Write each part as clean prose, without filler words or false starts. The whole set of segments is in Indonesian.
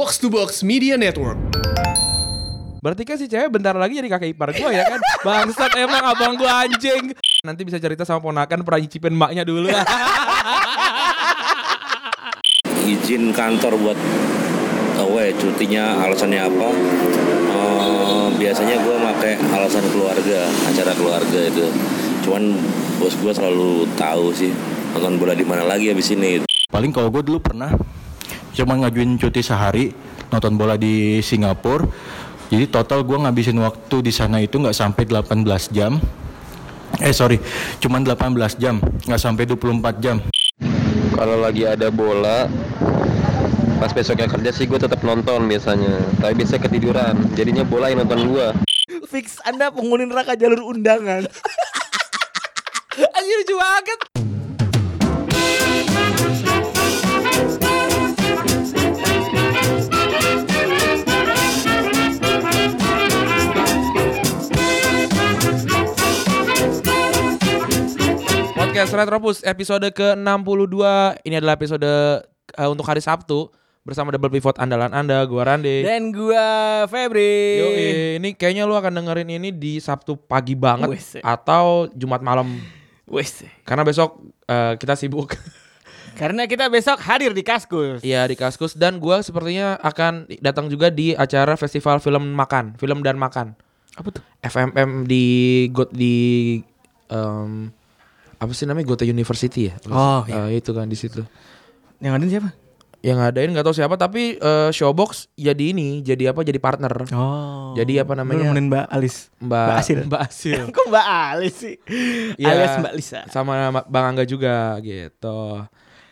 Box to Box Media Network. Berarti kan si cewek bentar lagi jadi kakak ipar gue ya kan. Bangsat emang abang gue anjing. Nanti bisa cerita sama ponakan pernah nyicipin emaknya dulu. Izin kantor buat cutinya alasannya apa? Biasanya gue pakai alasan keluarga, acara keluarga itu. Cuman bos gue selalu tahu sih nonton bola di mana lagi abis ini. Paling kalau gue dulu pernah cuma ngajuin cuti sehari nonton bola di Singapura. Jadi total gue ngabisin waktu di sana itu nggak sampai 18 jam. Cuman 18 jam, nggak sampai 24 jam. Kalau lagi ada bola, pas besoknya kerja sih gue tetap nonton biasanya. Tapi biasanya ketiduran, jadinya bola yang nonton gue. Fix Anda penghuni neraka jalur undangan. Anjir lucu banget. Podcast Retropus episode ke-62. Ini adalah episode untuk hari Sabtu bersama Double Pivot andalan Anda, gua Rande Dan gua Febri. Yoi, ini kayaknya lu akan dengerin ini di Sabtu pagi banget Wes. atau Jumat malam. Wes. Karena besok kita sibuk. Karena kita besok hadir di Kaskus. Iya di Kaskus. Dan gua sepertinya akan datang juga di acara festival film dan makan. Apa tuh? FMM di apa sih namanya, Goethe University ya? Oh, iya. Itu kan di situ. Yang ada siapa? Yang ngadain nggak tahu siapa, tapi Showbox jadi partner. Oh. Jadi apa namanya? Nemenin Mbak Alis. Mbak Asil. Kok Mbak Alis sih? Iya, Alias Mbak Lisa. sama Bang Angga juga gitu.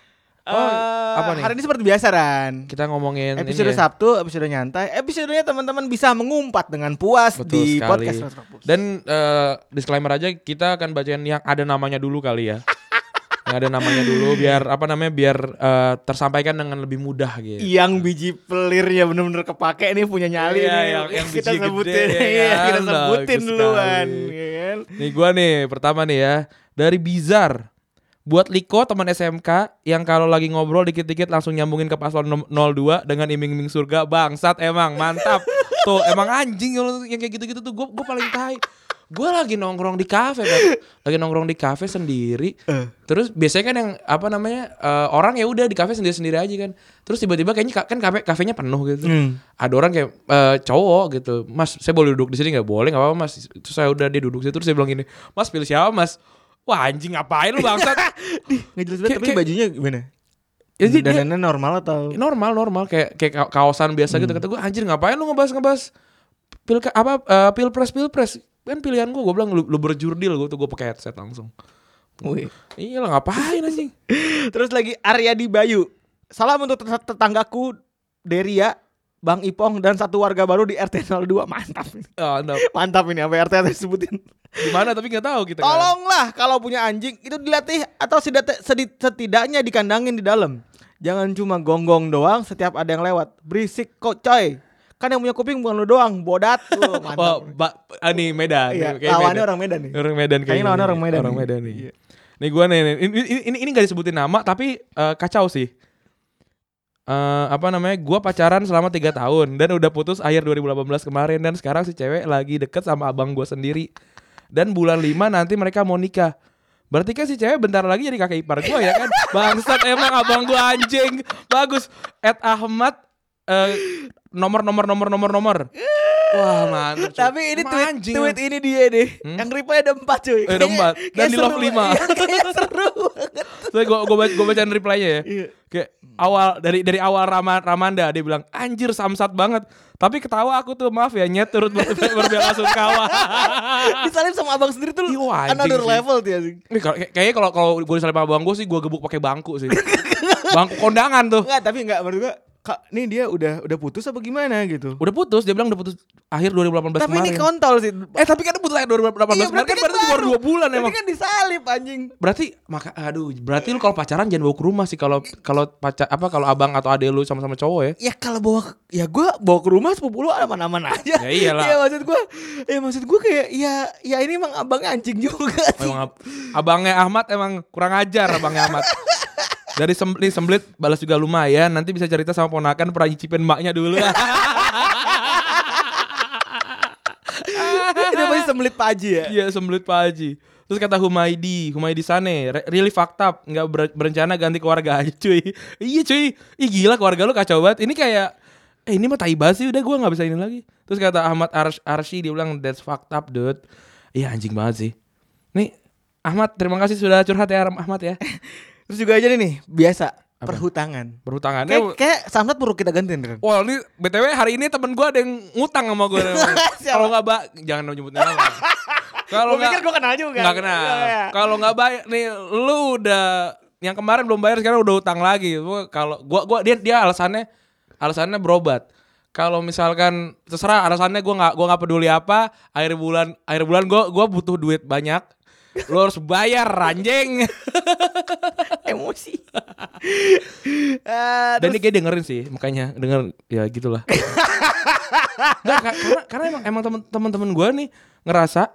Apa nih? Hari ini seperti biasa, Ran. Kita ngomongin Episode ini ya. Sabtu, episode nyantai. Episodenya teman-teman bisa mengumpat dengan puas. Betul di sekali. podcast Retropus. Dan disclaimer aja, kita akan bacain yang ada namanya dulu kali ya. Yang ada namanya dulu biar tersampaikan dengan lebih mudah gitu. Yang biji pelirnya benar-benar kepake nih, punya nyali Iya, nih. yang kita biji sebutin. gede, Iya, ya kita kan? sebutin Bagus duluan, sekali. ya kan? Nih gua nih pertama nih ya, dari Bizar. Buat Liko teman SMK yang kalau lagi ngobrol dikit-dikit langsung nyambungin ke paslon 02 dengan iming-iming surga. Bangsat emang, mantap. Tuh emang anjing yang kayak gitu-gitu tuh gue paling tai. Gue lagi nongkrong di kafe kan. Lagi nongkrong di kafe sendiri. Terus biasanya kan yang orang ya udah di kafe sendiri-sendiri aja kan. Terus tiba-tiba kayaknya kan kafenya penuh gitu. Ada orang kayak cowok gitu. Mas, saya boleh duduk di sini enggak? Boleh, enggak apa-apa, Mas. Terus saya udah dia duduk situ, terus saya bilang gini, "Mas, pilih siapa, Mas?" Wah anjing, ngapain lu bangsat? Nggak jelas banget, tapi bajunya gimana? Ya, Dandannya normal atau? Normal kayak kaosan biasa gitu. Kata gue, anjir ngapain lu ngebahas pilpres kan pilihan gue bilang lu berjurdil, gue pakai headset langsung. Wih. Iya lah, ngapain anjing. Terus lagi Aryadi Bayu. Salam untuk tetanggaku Deria, Bang Ipong dan satu warga baru di RT 02. Mantap. Mantap ini, apa RT disebutin. Gimana tapi nggak tahu kita. Tolonglah kalau punya anjing itu dilatih atau setidaknya dikandangin di dalam. Jangan cuma gonggong doang setiap ada yang lewat. Berisik kok coy. Kan yang punya kuping bukan lu doang, bodat. Mantap. Ini Medan. Iya, Kayak lawannya orang Medan nih. Orang Medan Kayaknya lawannya orang Medan. Orang Medan nih. Iya. Nih gue nih, ini nggak disebutin nama tapi kacau sih. Gue pacaran selama 3 tahun dan udah putus akhir 2018 kemarin, dan sekarang si cewek lagi deket sama abang gue sendiri. Dan bulan 5 nanti mereka mau nikah. Berarti kan si cewek bentar lagi jadi kakak ipar gue ya kan. Bangsat emang abang gue anjing. Bagus. @Ahmad nomor. Wah mantap. Tapi ini tweet ini dia deh. Yang reply ada 4 cuy. Ada 4 dan di love 5. Kayak seru banget. Terus gue bacain reply-nya ya. Iya. Kayak awal dari awal Ramanda dia bilang anjir samsat banget. Tapi ketawa aku tuh, maaf ya nyet, turut berbela sungkawa. Disalip sama abang sendiri tuh anjing another sih. level dia sih. Kayaknya kalau gue disalip sama abang gue sih gue gebuk pakai bangku sih. Bangku kondangan tuh. Enggak menurut gue nih dia udah putus apa gimana gitu. Udah putus, dia bilang udah putus akhir 2018 tapi kemarin. Ini kontol sih. Tapi kan putus akhir 2018 kemarin kan berarti baru 2 bulan emang. Tapi kan disalip anjing. Berarti lu kalau pacaran jangan bawa ke rumah sih, kalau abang atau ade lu sama-sama cowok ya. Ya kalau gue bawa ke rumah sepupu lu aman-aman aja. Ya iyalah. Ya maksud gue kayak ya ini emang abangnya anjing juga sih. Memang abangnya Ahmad emang kurang ajar abangnya Ahmad. Dari semblit balas juga lumayan. Nanti bisa cerita sama ponakan pernah nyicipin emaknya dulu. Itu pasti sembelit Pak Haji ya. Iya, semblit Pak Haji. Terus kata Humaydi Sane, really fucked up, nggak berencana ganti keluarga aja cuy. Iya cuy, gila keluarga lu kacau banget. Ini kayak, ini mah tai banget sih, udah gue nggak bisa ini lagi. Terus kata Ahmad Arsy, dia bilang that's fucked up dude. Iya anjing banget sih. Nih Ahmad, terima kasih sudah curhat ya Ahmad ya. Terus juga aja nih biasa perhutangan. Perhutangannya. Kayak Samsat perlu kita gantiin kan. Wah ini BTW hari ini temen gue ada yang ngutang sama gue. Kalau nggak jangan nyebutnya nama. Kalau pikir gue kenal juga. Nggak kenal. Kalau nggak bayar nih, lu udah yang kemarin belum bayar sekarang udah utang lagi. Kalau gua dia alasannya berobat. Kalau misalkan terserah alasannya gue nggak peduli apa. Akhir bulan gua butuh duit banyak. Lu harus bayar anjing. Emosi. Dan dia kayak dengerin sih, makanya denger ya gitulah. Nggak, karena emang teman-teman gue nih ngerasa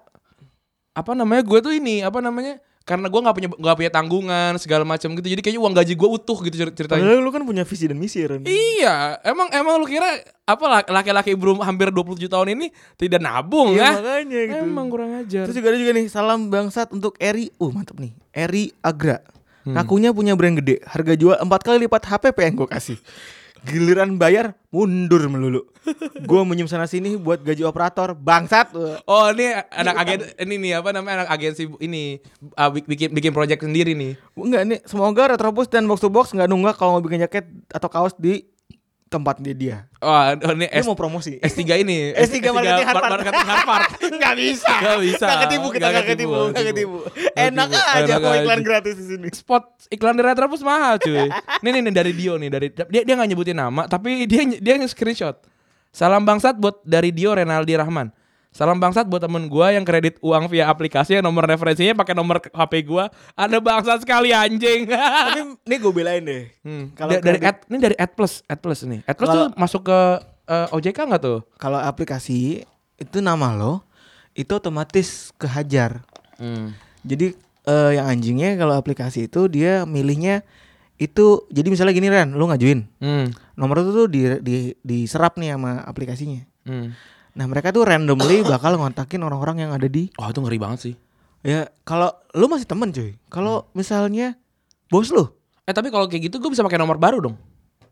gue tuh ini karena gue nggak punya tanggungan segala macam gitu, jadi kayaknya uang gaji gue utuh gitu ceritanya. Padahal lu kan punya visi dan misi Ren. Iya, emang lu kira apa laki-laki belum hampir 27 tahun ini tidak nabung ya? Makanya gitu. Emang kurang ajar. Terus juga ada nih salam bangsat untuk Eri. Mantap nih. Eri Agra. Ngakunya punya brand gede, harga jual 4 kali lipat HPP yang gue kasih. Giliran bayar mundur melulu. Gue menyim sana sini buat gaji operator, bangsat. Oh ini anak anak agensi ini bikin project sendiri nih. Enggak nih, semoga Retrobus dan Box to Box nggak nunggak kalau mau bikin jaket atau kaos di tempat dia. Oh ini dia mau promosi S3 ini. S3 marketing Harvard. Nggak bisa. Nggak ketipu. Enak aja kok iklan gratis di sini. Spot iklan dari Retrobus mahal cuy. Nih dari Dio nih, dia nggak nyebutin nama tapi dia screenshot. Salam bangsat buat dari Dio Renaldi Rahman. Salam bangsat buat temen gue yang kredit uang via aplikasi yang nomor referensinya pakai nomor HP gue. Ada bangsat sekali anjing. Tapi ini gue belain deh. Kalau dari Ad Plus nih. Ad Plus tuh masuk ke OJK nggak tuh? Kalau aplikasi itu nama lo itu otomatis kehajar. Jadi yang anjingnya kalau aplikasi itu dia milihnya itu, jadi misalnya gini Ren, lo ngajuin nomor itu tuh diserap nih sama aplikasinya. Nah mereka tuh randomly bakal ngontakin orang-orang yang ada di. Oh itu ngeri banget sih. Ya kalau lu masih temen cuy. Kalau misalnya bos lu. Tapi kalau kayak gitu gue bisa pakai nomor baru dong.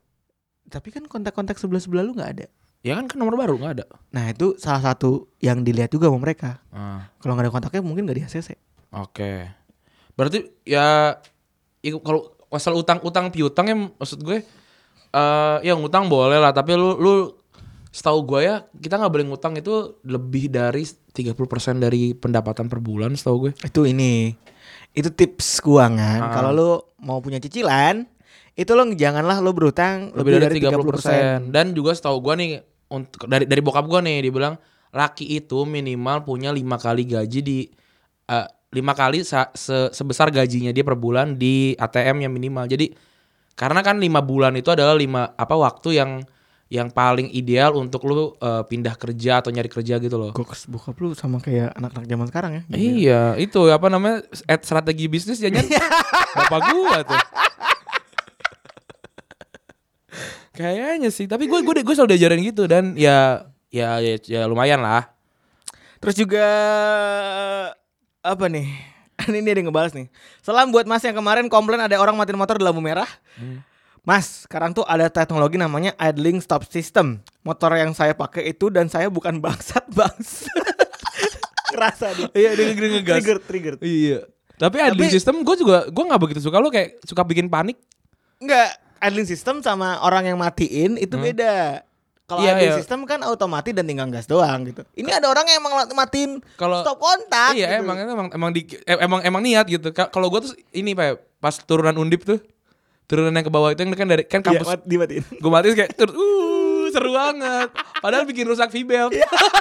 Tapi kan kontak-kontak sebelah lu nggak ada. Ya kan nomor baru nggak ada. Nah itu salah satu yang dilihat juga sama mereka. Kalau nggak ada kontaknya mungkin nggak di ACC. Oke. Berarti ya kalau asal utang piutang ya maksud gue ya ngutang boleh lah, tapi lu setahu gue ya kita nggak boleh ngutang itu lebih dari 30% dari pendapatan per bulan setahu gue. Itu tips keuangan. Kalau lu mau punya cicilan itu lo janganlah lo berutang lebih dari 30%. Dan juga setahu gue nih untuk dari bokap gue nih dia bilang laki itu minimal punya 5 kali gaji di 5 kali sebesar gajinya dia per bulan di ATM yang minimal. Jadi karena kan 5 bulan itu adalah 5 waktu yang paling ideal untuk lu pindah kerja atau nyari kerja gitu loh. Bokap lu sama kayak anak-anak zaman sekarang ya. Iya, itu strategi bisnis ya Nyan. Bapak gua tuh. Kayaknya sih, tapi gue selalu diajarin gitu dan ya lumayan lah. Terus juga apa nih? Ini ada yang ngebalas nih. Salam buat Mas yang kemarin komplain ada orang matiin motor di lampu merah. Mas, sekarang tuh ada teknologi namanya idling stop system. Motor yang saya pakai itu dan saya bukan bangsat. Kerasa dia. Iya, dia ngegas. Trigger. Iya. Tapi idling system gue nggak begitu suka. Lo kayak suka bikin panik. Enggak, idling system sama orang yang matiin itu beda. Kalau idling system kan otomatis dan tinggal gas doang gitu. Ini ada orang yang emang matiin stop kontak. Iya, gitu. emang niat gitu. Kalau gue tuh ini pas turunan Undip tuh. Turunan yang ke bawah itu kan dari kampus. Iya, dimatiin. Gue matiin kayak seru banget. Padahal bikin rusak V-belt.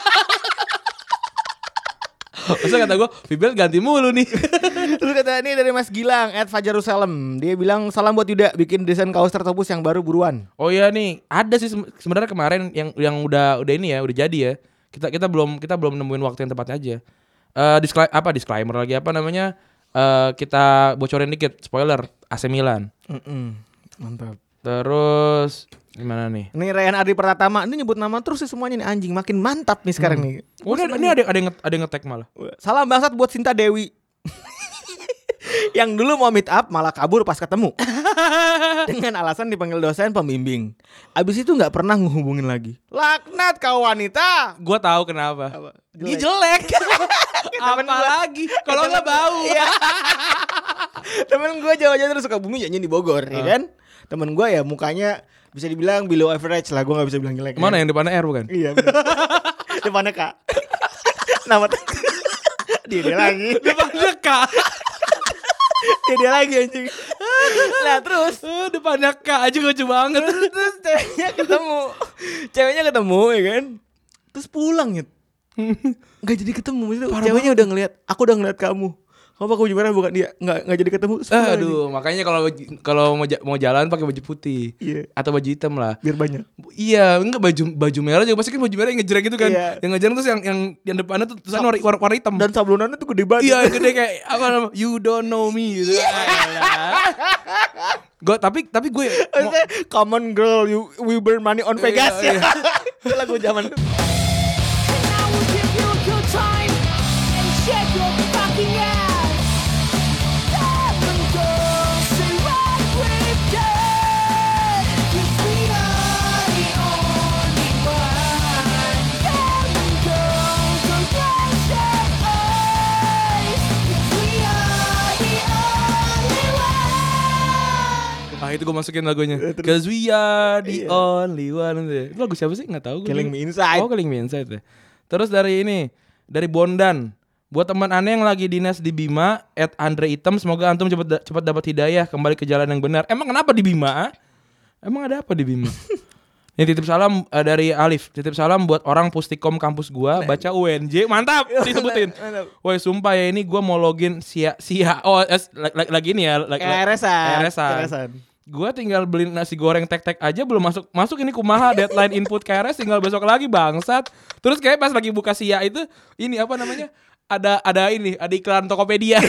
Masa kata gue V-belt ganti mulu nih. Terus kata ini dari Mas Gilang @Fajarusalem. Dia bilang salam buat Yuda, bikin desain kaos Retrobus yang baru buruan. Oh iya nih, ada sih sebenarnya kemarin yang udah ini ya, udah jadi ya. Kita belum nemuin waktu yang tepatnya aja. Disclaimer lagi kita bocorin dikit spoiler. AC Milan. Mantap. Terus gimana nih? Nih Ryan Ardi Pratama, ini nyebut nama terus sih semuanya nih anjing, makin mantap nih sekarang nih. Oh, ini ada yang nge-tag malah. Salam bangsat buat Sinta Dewi. Yang dulu mau meet up malah kabur pas ketemu. Dengan alasan dipanggil dosen pembimbing. Abis itu nggak pernah ngehubungin lagi. Laknat kau wanita. Gua tahu kenapa. Dia Jelek. jelek. Apa lagi? Kalau nggak bau. Iya. Temen gue Jawa-Jawa terus suka bumi nyanyi di Bogor, ya kan? Temen gue ya mukanya bisa dibilang below average lah, gue nggak bisa bilang jelek. Mana kan? yang depannya R bukan? Iya. Bener. Depannya Kak. Nama dia lagi. Depannya K. Dia lagi anjing. Nah terus Depannya K aja lucu banget. terus ceweknya ketemu ya kan, terus pulang ya, nggak jadi ketemu. Itu ceweknya udah ngelihat, aku udah ngeliat kamu baju merah bukan dia, nggak jadi ketemu. Terus pulang Aduh, anjing. makanya kalau mau jalan pakai baju putih. Iya. Atau baju hitam lah. Biar banyak. Iya, enggak baju merah juga pasti kan baju merah yang ngejereng gitu kan. Iya. Yang ngejereng terus yang depannya tuh tulisannya warna hitam. Dan sablonannya tuh gede banget. Iya, gede kayak apa namanya? You don't know me gitu. Gue tapi gue Maksudnya, common girl, we burn money on Vegas Iya, ya. Itu lagu zaman. And I will give you a good time and shake your fucking ass. Seven girls say what we've done. 'Cause we are the only one. Seven girls don't rush at us. 'Cause we are the only one. itu gue masukin lagunya. Cause we are the only one. Itu lagu siapa sih? Nggak tahu gue. Killing Me Inside. Oh, Killing Me Inside ya. Terus dari Bondan. Buat teman aneh yang lagi dinas di Bima @Andre Item, semoga antum cepat dapat hidayah kembali ke jalan yang benar. Emang kenapa di Bima? Emang ada apa di Bima? Ini titip salam dari Alif. Titip salam buat orang Pustikom kampus gua, baca UNJ. Mantap disebutin. Woi, sumpah ya, ini gua mau login lagi ini ya, KRS-an. Gua tinggal beli nasi goreng tek-tek aja belum masuk ini kumaha deadline input KRS tinggal besok lagi bangsat. Terus kayak pas lagi buka SIA itu ini apa namanya? Ada iklan Tokopedia.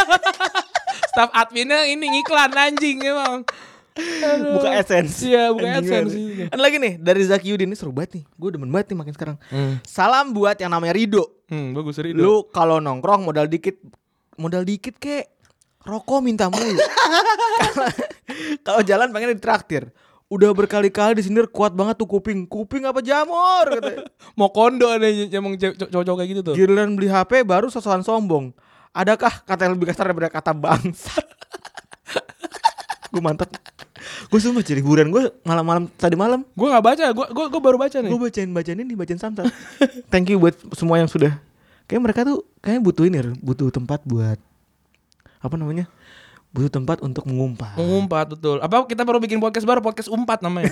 Staff adminnya ini ngiklan anjing emang. Buka AdSense. Iya, buka Anjing AdSense. banget. Ada lagi nih dari Zaki Yudin, ini seru banget nih. Gue demen banget nih makin sekarang. Salam buat yang namanya Rido. Bagus Rido. Lu kalau nongkrong modal dikit kek rokok minta mulu. Kalau jalan pengen ditraktir. Udah berkali-kali disindir kuat banget tuh kuping apa jamur katanya. Mau kondo nih emang cowok-cowok kayak gitu tuh. Giliran beli HP baru sosokan sombong. Adakah kata yang lebih kasar daripada kata bangsa? Gue mantap. Gue sumpah jadi hiburan gue tadi malam. Gue nggak baca, gue baru baca nih. Gue bacain samsat. Thank you buat semua yang sudah. Kayak mereka tuh kayaknya butuh tempat buat apa namanya? Butuh tempat untuk mengumpat. Betul. Apa kita baru bikin podcast baru, podcast umpat namanya.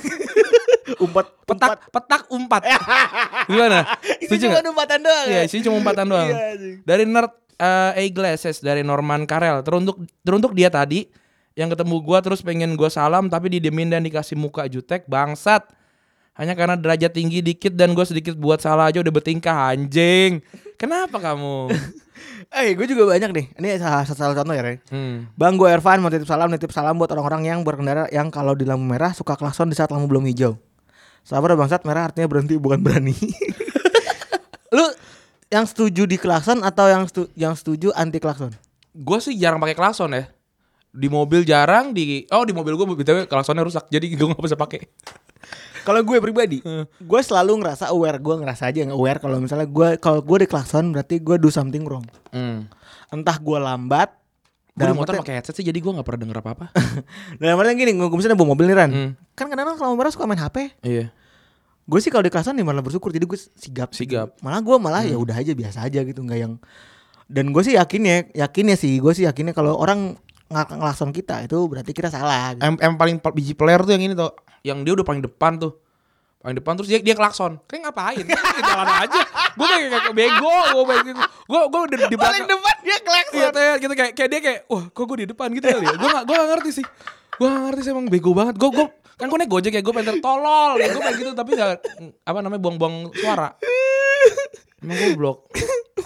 Petak umpat. Gimana? Itu cuma umpatan doang. Iya, sih cuma umpatan doang. Iya, Dari nerd A-Glasses dari Norman Karel. Teruntuk dia tadi yang ketemu gua terus pengen gua salam tapi didiemin dan dikasih muka jutek bangsat. Hanya karena derajat tinggi dikit dan gue sedikit buat salah aja udah bertingkah anjing. Kenapa kamu? Gue juga banyak nih. Ini salah contoh ya, Ren. Bang, gue Ervan mau nitip salam buat orang-orang yang berkendara yang kalau di lampu merah suka klakson di saat lampu belum hijau. Sabar bangsat, merah artinya berhenti bukan berani. Lu yang setuju di klakson atau yang setuju anti klakson? Gue sih jarang pakai klakson ya. Di mobil jarang, di mobil gue btw klaksonnya rusak jadi gue nggak bisa pakai. Kalau gue pribadi, gue selalu ngerasa aware. Gue ngerasa aja aware kalau misalnya kalau gue di klakson berarti gue do something wrong. Entah gue lambat. Gue di motor pakai headset sih jadi gue nggak pernah denger apa-apa. Dalam artian gini, gue misalnya bawa mobil nih Ran. Kan kadang-kadang kalau merah suka main HP. Iya. Gue sih kalau di klakson nih malah bersyukur, jadi gue sigap. Malah gue ya udah aja biasa aja gitu, nggak yang. Dan gue sih yakinnya kalau orang ngelakson kita itu berarti kita salah. Gitu. Paling biji player tuh yang ini tuh, yang dia udah paling depan terus dia klakson. Kayak ngapain? Jalan aja. Gue kayak bego, gue udah di belakang. Paling depan dia klakson. Iya, gitu kayak dia kayak, wah, kok gue di depan gitu kali ya. Gue gak ngerti sih. Gue gak ngerti sih, emang bego banget. Gue kan gue naik Gojek ya, gue pengen tolol. Gue kayak gitu tapi gak, buang-buang suara. Emang goblok.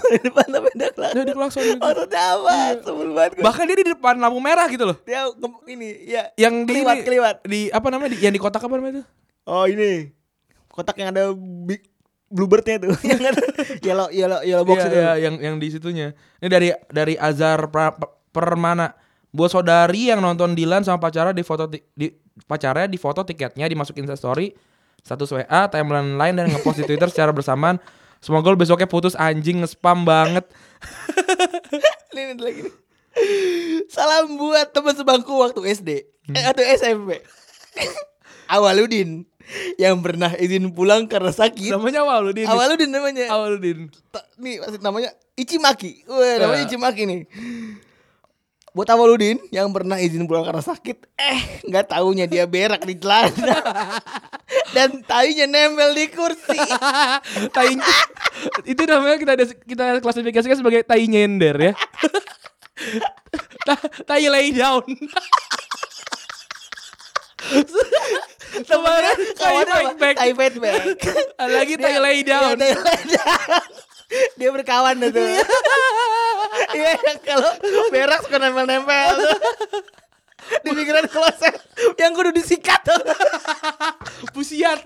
di depan tapi dia klakson. Dia klakson gitu. Maksudnya apa? Sebel banget gue. Bahkan dia di depan lampu merah gitu loh. Dia ini ya Yang di keliwat. di apa namanya? Yang di kotak apa namanya itu? Oh ini kotak yang ada bluebirdnya tuh. Yang ada yellow box itu. Iya, yang di situnya. Ini dari Azhar Permana. Buat saudari yang nonton Dilan sama pacarnya pacarnya di foto tiketnya dimasukin story, status WA, timeline lain dan ngepost di Twitter secara bersamaan. Semoga lu besoknya putus anjing, nge-spam banget. Ini lagi nih. Salam buat teman sebangku waktu SD atau SMP. Awaludin yang pernah izin pulang karena sakit. Namanya Awaludin. Awaludin namanya. Awaludin. Nih namanya Ichimaki. Wah, namanya Ichimaki nih. Buat Awaludin yang pernah izin pulang karena sakit, nggak taunya dia berak di celana dan tainya nempel di kursi. Tai itu namanya kita klasifikasikan sebagai tai nyender ya. Tai lay down. Kemarin tai fight back. Lagi tai lay down. Dia lay down. Dia berkawan tuh. Iya, kalau berak suka nempel-nempel tuh. Di pinggiran kloset yang kudu disikat tuh. Pusiat.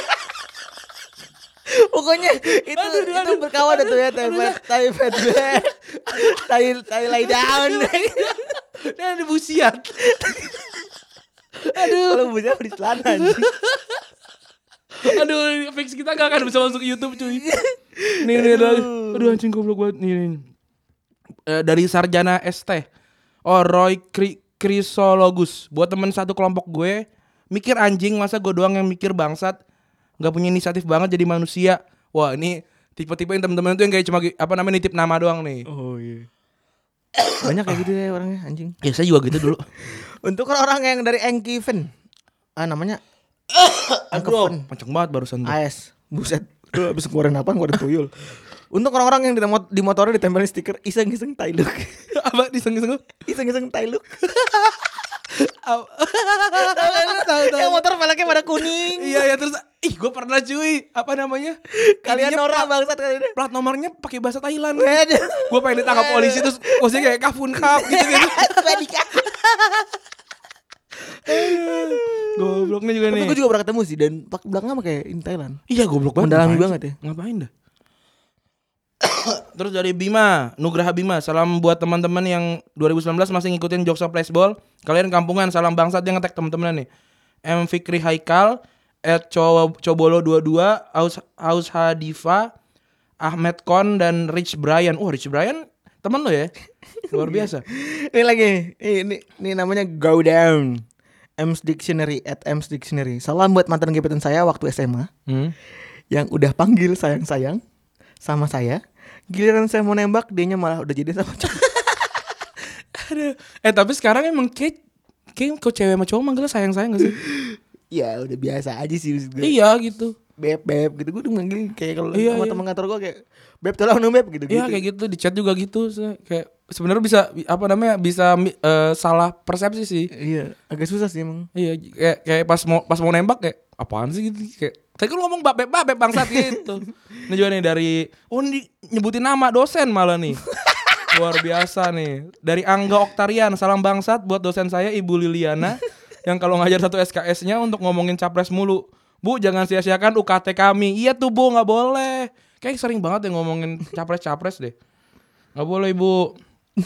Pokoknya itu berkawan tuh ya, tai fat back. Tai lay down. Dan ada pusiat. Kalau pusiat di celana anjing. Aduh, fix kita gak akan bisa masuk ke YouTube cuy. Nih lagi. Aduh anjing goblok banget nih. Dari Sarjana ST. Oh, Roy Chrysologus. Buat temen satu kelompok gue, mikir anjing, masa gue doang yang mikir bangsat. Gak punya inisiatif banget jadi manusia. Wah, ini tipe-tipe yang temen-temen tuh yang kayak cuma nitip nama doang nih. Oh iya. Banyak kayak gitu ya orangnya anjing. Ya saya juga gitu dulu. Untuk orang yang dari Enkiven. Namanya Aduh, kenceng banget barusan tuh. AS. Buset. Lu habis ngeluarin apa? Ngeluarin tuyul. Untuk orang-orang yang di motornya ditempelin stiker iseng-iseng tai look. Apa iseng-iseng? Iseng-iseng tai look. Tahu. Yang motor velgnya pada kuning. Iya terus gue pernah cuy, apa namanya? Kalian norak bangsat kalian. Plat nomornya pakai bahasa Thailand. Waduh. Gue pengen ditangkap polisi terus posnya kayak kafun kap gitu. Gobloknya juga Tapi nih. gue juga pernah ketemu sih dan belakangnya mah kayak in Thailand. Iya goblok banget. Mendalami Ngapain banget sih? ya. Ngapain dah? Terus dari Bima, Nugraha Bima, salam buat teman-teman yang 2019 masih ngikutin Joksa Flashball. Kalian kampungan, salam bangsat, dia nge-tag teman-teman nih. M Fikri Haikal, @cobolo22, Aus Hadifa, Ahmed Kon dan Rich Brian. Rich Brian temen lo ya? Luar biasa. Ini lagi, ini namanya Go Down. M's Dictionary @M's Dictionary. Salam buat mantan gebetan saya waktu SMA yang udah panggil sayang-sayang sama saya. Giliran saya mau nembak, dianya malah udah jadi sama cowok. Aduh. Tapi sekarang emang kayak kok cewek sama cowok manggilnya sayang-sayang gak sih? Ya udah biasa aja sih gue. Iya gitu. Beb gitu, gue udah manggil kayak kalau Iya, sama iya. teman kantor gue kayak beb tolong dong beb gitu. Iya kayak gitu, di chat juga gitu. Kayak sebenarnya bisa salah persepsi sih. Iya, agak susah sih emang. Iya, kayak pas mau nembak kayak apaan sih gitu kayak. Tadi kan lu ngomong beb bangsat gitu. Ini juga nih dari nyebutin nama dosen malah nih. Luar biasa nih. Dari Angga Oktarian, salam bangsat buat dosen saya Ibu Liliana yang kalau ngajar satu SKS-nya untuk ngomongin capres mulu. Bu, jangan sia-siakan UKT kami. Iya tuh Bu, nggak boleh. Kayak sering banget yang ngomongin capres deh. Nggak boleh Ibu.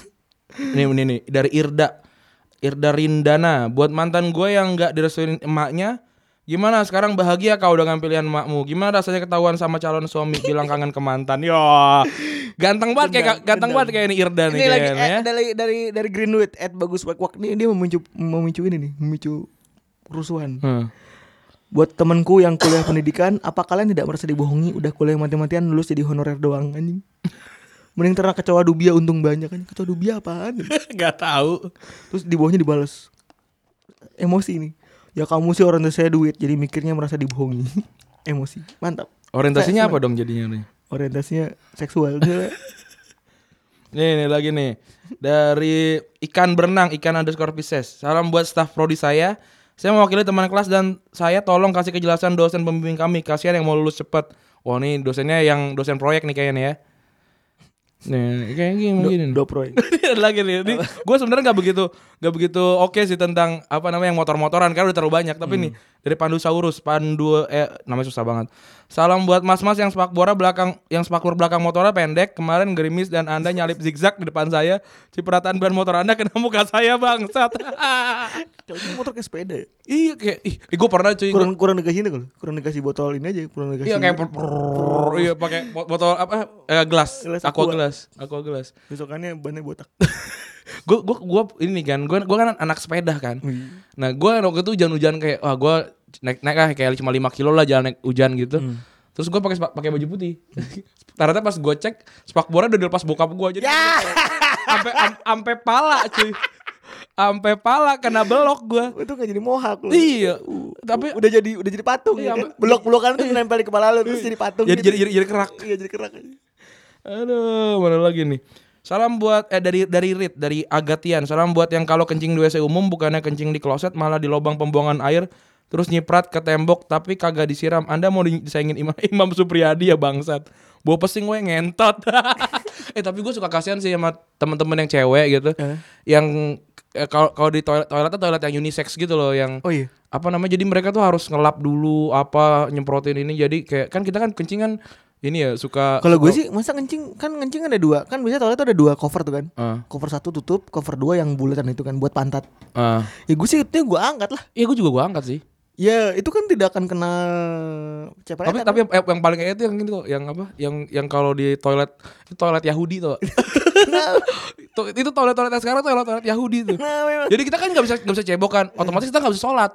Ini dari Irda Rindana, buat mantan gue yang nggak direstuin emaknya. Gimana sekarang bahagia kau dengan pilihan emakmu? Gimana rasanya ketahuan sama calon suami bilang kangen ke mantan? Yo, ganteng banget kayak ini Irda nih Ini lagi kayaknya ya. dari Greenwood @baguswakwak nih, dia memicu ini nih, memicu kerusuhan. Buat temanku yang kuliah pendidikan, apa kalian tidak merasa dibohongi? Udah kuliah mati-matian lulus jadi honorer doang anjing. Mending ternak kecoa dubia untung banyak anjing. Kecoa dubia apaan? Gak tahu. Terus di bawahnya dibalas. Emosi nih. Ya kamu sih orientasi saya duit, jadi mikirnya merasa dibohongi. Emosi. Mantap. Orientasinya apa dong jadinya nih? Orientasinya seksual. Nih lagi nih. Dari ikan _Pisces. Salam buat staff prodi saya. Saya mewakili teman kelas dan saya tolong kasih kejelasan dosen pembimbing kami. Kasihan yang mau lulus cepat. Wah nih dosennya yang dosen proyek nih kayaknya ya. Nih, kayak gini. Doproy. Ada lagi nih. Gue sebenarnya nggak begitu oke sih tentang apa namanya yang motor-motoran karena udah terlalu banyak. Tapi nih dari Pandusaurus, namanya susah banget. Salam buat mas-mas yang spakbor belakang motornya pendek. Kemarin gerimis dan Anda nyalip zigzag di depan saya. Cipratan ban motor Anda kena muka saya bangsat. Ini motor kayak sepeda ya? Iya kayak gue pernah cuy. Kurang dikasih ini kalau. Kurang dikasih botol ini aja, kurang dikasih. Iya kayak iya pakai botol apa gelas, aqua gelas. Besokannya bannya botak. gue ini kan gue kan anak sepeda kan. Nah gue waktu itu hujan-hujan kayak gue naik kayak cuma 5 kilo lah jalan naik hujan gitu. Terus gue pakai baju putih. Ternyata pas gue cek spakbornya udah dilepas bokap gue jadi sampai pala cuy. Sampai pala kena belok gue. Itu enggak jadi mohak loh. Iya. Tapi udah jadi patung iya, ya kan. Belok-belokan tuh nempel di kepala lu terus jadi patung. Jadi kerak. Iya jadi kerak. Aduh, mana lagi nih? Salam buat dari Rit, dari Agatian. Salam buat yang kalau kencing di WC umum bukannya kencing di kloset malah di lubang pembuangan air terus nyiprat ke tembok tapi kagak disiram. Anda mau disaingin Imam Supriyadi ya bangsat. Bawa pesing gue ngentot. Tapi gue suka kasihan sih sama temen-temen yang cewek gitu. Yang kalau di toilet yang unisex gitu loh yang Oh iya. apa namanya jadi mereka tuh harus ngelap dulu apa nyemprotin ini jadi kayak kan kita kan kencingan ini ya suka. Kalau gue sih masa ngencing ada 2. Kan biasanya toilet tuh ada 2 cover tuh kan. Cover 1 tutup, cover 2 yang bulatan itu kan buat pantat. Ya gue sih itu gue angkat lah. Iya gue juga angkat sih. Ya itu kan tidak akan kena cepretan. Tapi yang paling kayak itu yang ini tuh yang apa? Yang kalau di toilet itu toilet Yahudi tuh. Itu toilet sekarang toilet Yahudi tuh. Nah, jadi kita kan nggak bisa cebokan, otomatis kita nggak bisa sholat.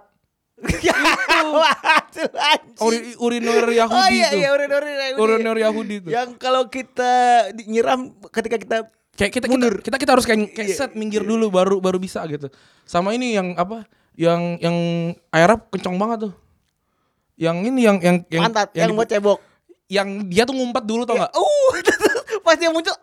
Urinor Yahudi Oh iya, tuh. iya Urinor Yahudi tuh. Yang kalau kita nyiram ketika kita Kayak mundur. kita harus kayak set minggir dulu baru bisa gitu. Sama ini yang apa? Yang airnya kencang banget tuh. Yang ini yang pantat yang buat cebok. Yang dia tuh ngumpet dulu tau enggak? Pas dia muncul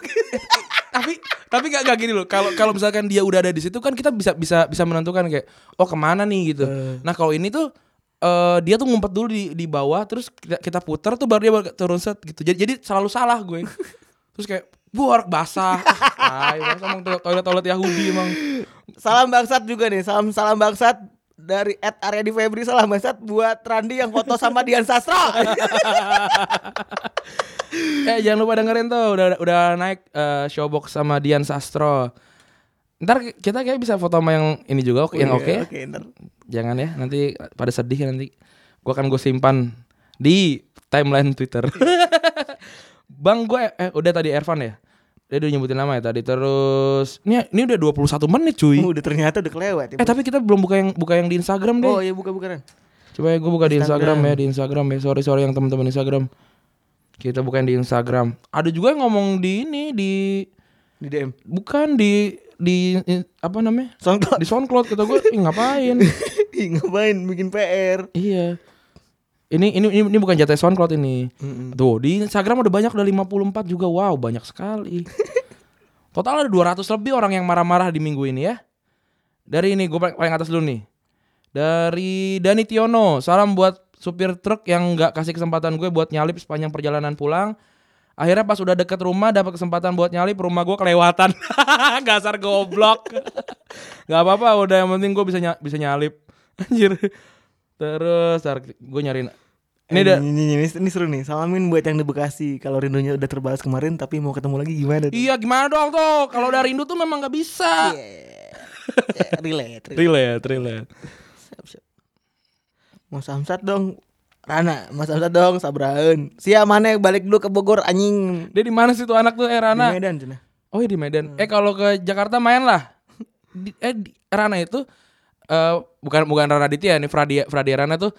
tapi gak gini loh. Kalau misalkan dia udah ada di situ kan kita bisa menentukan kayak kemana nih gitu. Nah, kalau ini tuh dia tuh ngumpet dulu di bawah terus kita putar tuh baru dia turun set gitu. Jadi selalu salah gue. Terus kayak buar basah. Emang toilet Yahudi emang. Salam bangsat juga nih. Salam bangsat dari @Aryadi Febri. Salam bangsat buat Randi yang foto sama Dian Sastro. Jangan lupa dengerin tuh udah naik showbox sama Dian Sastro. Ntar kita kayak bisa foto sama yang ini juga oke. Oke, ntar. Jangan ya, nanti pada sedih nanti. Gue simpan di timeline Twitter. Bang gue udah tadi Ervan ya. Dia udah nyebutin nama ya tadi. Terus ini udah 21 menit cuy. Udah ternyata udah kelewat ya. Tapi kita belum buka yang di Instagram deh. Oh iya buka-bukan. Coba ya gue buka di Instagram ya. Sorry yang teman-teman Instagram. Kita bukan di Instagram. Ada juga yang ngomong di DM. Bukan di apa namanya? SoundCloud. Di SoundCloud kata gue, ngapain? Ngapain bikin PR. Iya. Ini bukan jatah SoundCloud ini. Tuh, di Instagram udah banyak, udah 54 juga. Wow, banyak sekali. Total ada 200 lebih orang yang marah-marah di minggu ini ya. Dari ini gue paling atas dulu nih. Dari Dani Tiono, salam buat supir truk yang gak kasih kesempatan gue buat nyalip sepanjang perjalanan pulang. Akhirnya pas udah deket rumah dapat kesempatan buat nyalip, rumah gue kelewatan. Gasar goblok. Gak apa-apa, udah yang penting gue bisa nyalip. Anjir. Terus gue nyariin. Ini seru nih. Salamin buat yang di Bekasi. Kalau rindunya udah terbalas kemarin tapi mau ketemu lagi gimana tuh? Iya, gimana dong tuh? Kalau udah rindu tuh memang gak bisa. Relate. Siap. Mas Samsat dong. Rana, Mas Samsat dong, Sabraun. Sia mana balik dulu ke Bogor anjing. Dia di mana sih tuh anak tuh Rana? Di Medan cina. Oh iya di Medan. Kalau ke Jakarta main lah. Rana itu bukan Rana Ditya nih, Fradi Rana tuh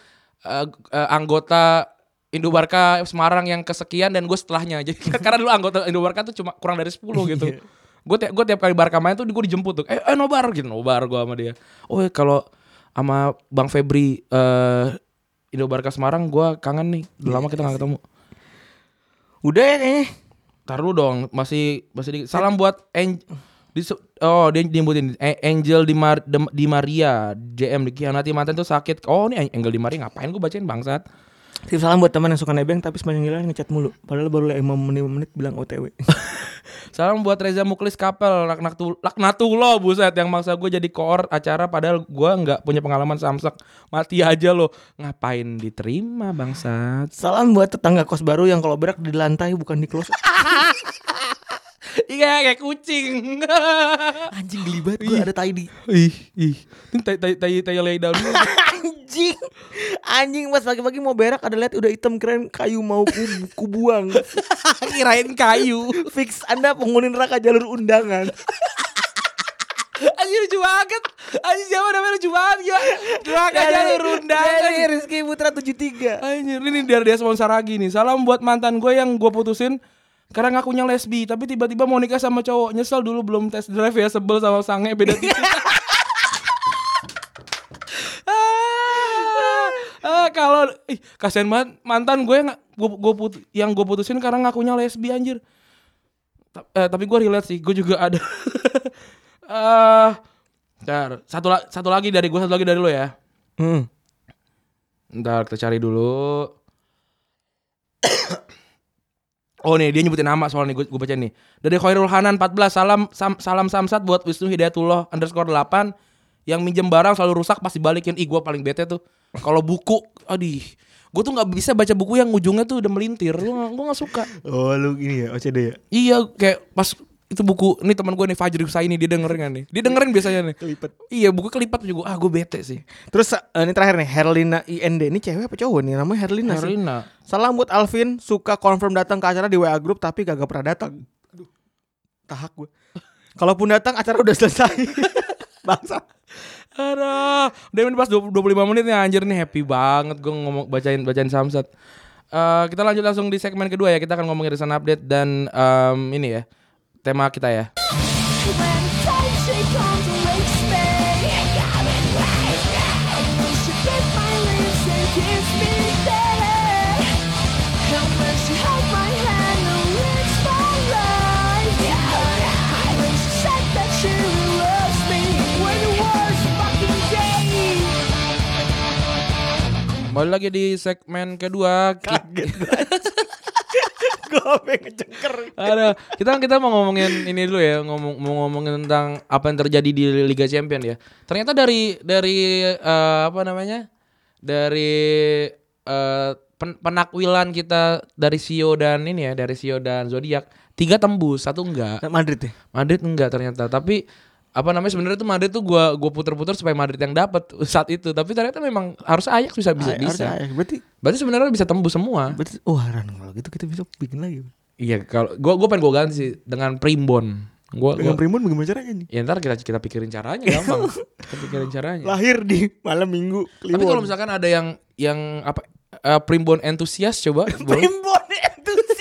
anggota Indobarka Semarang yang kesekian dan gue setelahnya. Jadi karena dulu anggota Indobarka tuh cuma kurang dari 10 gitu. Gue tiap kali Barca main tuh gue dijemput tuh. Nobar gitu, nobar gue sama dia. Kalau sama Bang Febri Indobarka Semarang gue kangen nih. Udah lama kita gak ketemu. Udah ya kayaknya. Ntar lu dong, masih salam buat dia nyebutin Angel di Maria JM dikhianati mantan tuh sakit. Oh ini Angel di Maria ngapain gue bacain bangsat. Titip salam buat teman yang suka nebeng tapi sepanjang jalan ngechat mulu. Padahal baru 5 menit bilang OTW. Salam buat Reza Muklis Kapel, laknatullah buset yang maksa gue jadi koor acara padahal gue nggak punya pengalaman samsak. Mati aja lo. Ngapain diterima bangsat? Salam buat tetangga kos baru yang kalau berak di lantai bukan di close. Iya kayak kucing. Anjing geli banget gue ada tai di. Ih. Ini tai lay down. Anjing pas pagi-pagi mau berak ada lihat udah hitam keren kayu mau kubuang. Kirain kayu. Fix Anda penghuni neraka jalur undangan. Anjir lucu banget. Anjir siapa namanya lucu banget ya. Neraka jalur undangan. Dari Rizky Putra 73. Anjir ini dari Desmond Saragi nih. Salam buat mantan gue yang gue putusin karena ngakunya lesbi tapi tiba-tiba mau nikah sama cowok. Nyesel dulu belum test drive ya, sebel sama sange beda tipis. Kalau kasihan banget mantan gue yang gue putusin karena ngakunya lesbi anjir. Tapi gue relate sih, gue juga ada. Ntar satu lagi dari gue, satu lagi dari lo ya. Ntar kita cari dulu. Oh nih dia nyebutin nama soalnya gue baca nih. Dari Khairul Hanan 14 salam samsat buat Wisnu Hidayatullah _8 yang minjem barang selalu rusak pasti balikin. Ih gue paling bete tuh. Kalau buku, gue tuh nggak bisa baca buku yang ujungnya tuh udah melintir. Gue nggak suka. Oh lu gini ya OCD ya? Iya kayak pas itu buku, ini teman gue nih Fajri Husaini dia dengerin kan nih. Dia dengerin biasanya nih. Kelipet. Iya buku kelipat juga. Gue bete sih. Terus ini terakhir nih Herlina IND. Ini cewek apa cowok nih? Namanya Herlina sih. Herlina. Salam buat Alvin, suka confirm datang ke acara di WA group tapi kagak pernah datang. Aduh. Tahak gue. Kalaupun datang acara udah selesai. Bangsa. Aduh, udah pas 25 menit nih anjir nih happy banget gue ngomong bacain samsat. Kita lanjut langsung di segmen kedua ya. Kita akan ngomongin recent update dan ini ya tema kita ya. When time she comes and wakes me, come and wake me. When she bit my lips and kiss me steady, and when she held my hand and risked my life, when she said that she loves me when the worst fucking day. Kembali lagi di segmen kedua. Kaget banget. Gue pengen cengker. Ada kita mau ngomongin ini dulu ya, mau ngomongin tentang apa yang terjadi di Liga Champion ya. Ternyata dari apa namanya? Dari penakwilan kita dari Sio dan ini ya, dari Sio dan Zodiac 3 tembus, 1 enggak. Madrid ya? Madrid enggak ternyata, tapi apa namanya sebenarnya tuh Madrid tuh gua puter-puter supaya Madrid yang dapat saat itu, tapi ternyata memang harus Ajax bisa. Berarti sebenarnya bisa tembus semua. Berarti Ran kalau gitu kita bisa bikin lagi. Iya, kalau gua pengen ganti sih dengan Primbon. Dengan Primbon bagaimana caranya nih? Ya ntar kita pikirin caranya gampang. Kita pikirin caranya. Lahir di malam Minggu. Tapi kalau misalkan ada yang apa Primbon entusias coba. Primbon entusias.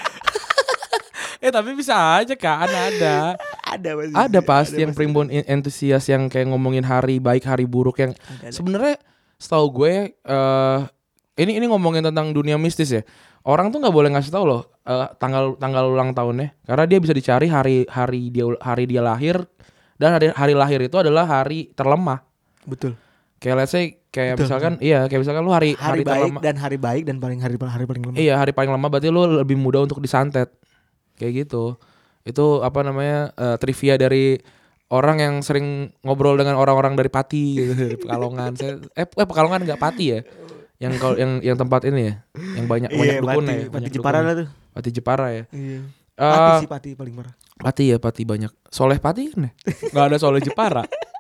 Tapi bisa aja kan ada. Ada pasti yang Primbon entusias yang kayak ngomongin hari baik hari buruk yang sebenarnya setahu gue ini ngomongin tentang dunia mistis ya. Orang tuh nggak boleh ngasih tahu loh tanggal ulang tahunnya karena dia bisa dicari hari dia lahir dan hari lahir itu adalah hari terlemah. Betul. Kayak let's say kayak misalkan lu hari baik terlemah dan hari baik dan hari paling lemah. Iya, hari paling lemah berarti lu lebih mudah untuk disantet. Kayak gitu. Itu apa namanya trivia dari orang yang sering ngobrol dengan orang-orang dari Pati gitu, dari Pekalongan. Pekalongan enggak Pati ya? Yang tempat ini ya, yang banyak dukunnya ya. Pati Jepara lah tuh. Pati Jepara ya. Iya. Pati paling parah. Pati banyak. Soleh Pati kan ya? Enggak ada Soleh Jepara.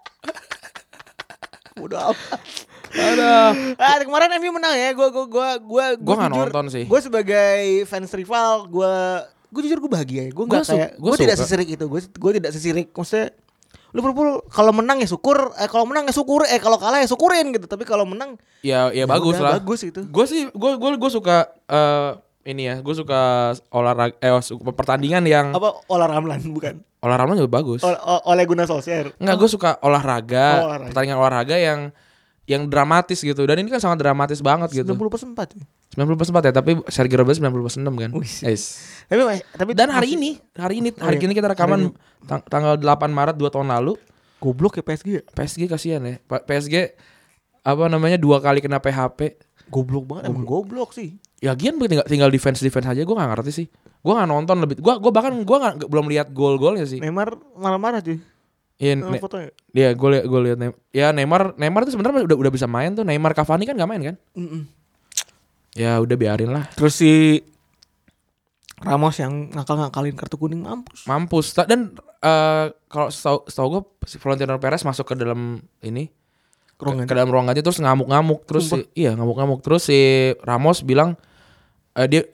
Udah apa? Ada. Kemarin MU menang ya. Gue nggak nonton sih. Gue sebagai fans rival, gue jujur gue bahagia ya. Gue tidak sesirik itu. Gue tidak sesirik. Maksudnya Liverpool kalau menang ya syukur, kalau menang ya syukur, kalau kalah ya syukurin gitu. Tapi kalau menang ya bagus lah. Bagus itu. Gue suka ini ya. Gue suka olahraga pertandingan yang apa Olah Ramlan bukan? Olah Ramlan juga bagus. Oleh Gunnar Solskjaer. Enggak, gue suka olahraga. Pertandingan olahraga yang dramatis gitu. Dan ini kan sangat dramatis banget gitu. 90/4 ya, tapi Sergio Roberto 90/6 kan. Tapi dan hari ini kita rekaman tanggal 8 Maret 2 tahun lalu. Goblok ya PSG. PSG kasihan ya. PSG apa namanya 2 kali kena PHP. Goblok banget, emang goblok sih. Ya Gian tinggal defense aja, gue nggak ngerti sih. Gue nggak nonton lebih, gue bahkan belum lihat gol-golnya sih. Neymar marah-marah cuy. Iya, Fotonya. ya gue lihat ya Neymar tuh sebenarnya udah bisa main tuh. Neymar Cavani kan nggak main kan? Ya udah biarin lah. Terus si Ramos yang ngakal-ngakalin kartu kuning mampus. Dan kalau setahu gue si Florentino Perez masuk ke dalam ini Ruangan. ke dalam ruangannya terus ngamuk-ngamuk terus ngamuk-ngamuk terus si Ramos bilang dia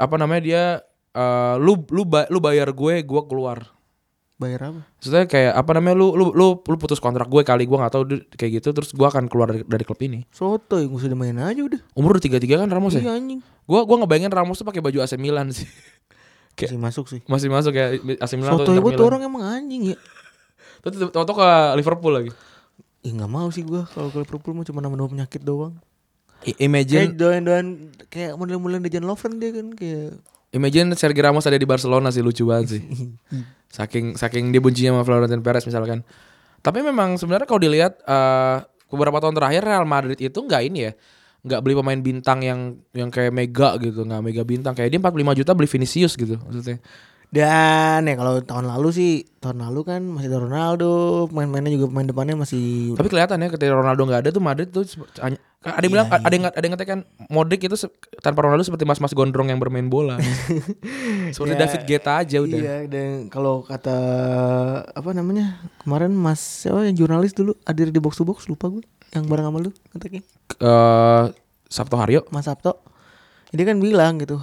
lu bayar gue keluar. Bayar apa? Maksudnya kayak apa namanya lu putus kontrak gue kali, gue nggak tahu kayak gitu, terus gue akan keluar dari klub ini. Soto yang sudah main aja udah. Umur udah 33 kan Ramos ya? Iya anjing. Gue ngebayangin Ramos tuh pakai baju AC Milan sih. Masih masuk sih. Masih masuk ya AC Milan atau Soto Inter itu Milan. orang emang anjing ya. Terus Toto ke Liverpool lagi. Ih nggak mau sih gue kalau ke Liverpool mau cuma nama penyakit doang. Imagine Kayak doan kayak model-model Dejan Lovren dia kan kayak. Imagine Sergio Ramos ada di Barcelona sih, lucu banget sih. Saking dia bencinya sama Florentino Perez misalkan. Tapi memang sebenarnya kalau dilihat beberapa tahun terakhir Real Madrid itu nggak beli pemain bintang yang kayak mega gitu, nggak mega bintang. Kayak dia 45 juta beli Vinicius gitu maksudnya. Dan ya kalau tahun lalu kan masih ada Ronaldo, pemain-pemainnya juga pemain depannya masih. Tapi kelihatan ya ketika Ronaldo nggak ada tuh Madrid tuh ada yang bilang ada yang ngatakan Modric itu tanpa Ronaldo seperti mas-mas gondrong yang bermain bola. Seperti David Guetta aja udah. Iya, dan kalau kata apa namanya kemarin Mas siapa yang jurnalis dulu hadir di box to box lupa gue yang bareng sama lu katanya. Sabto Haryo. Mas Sabto. Dia kan bilang gitu,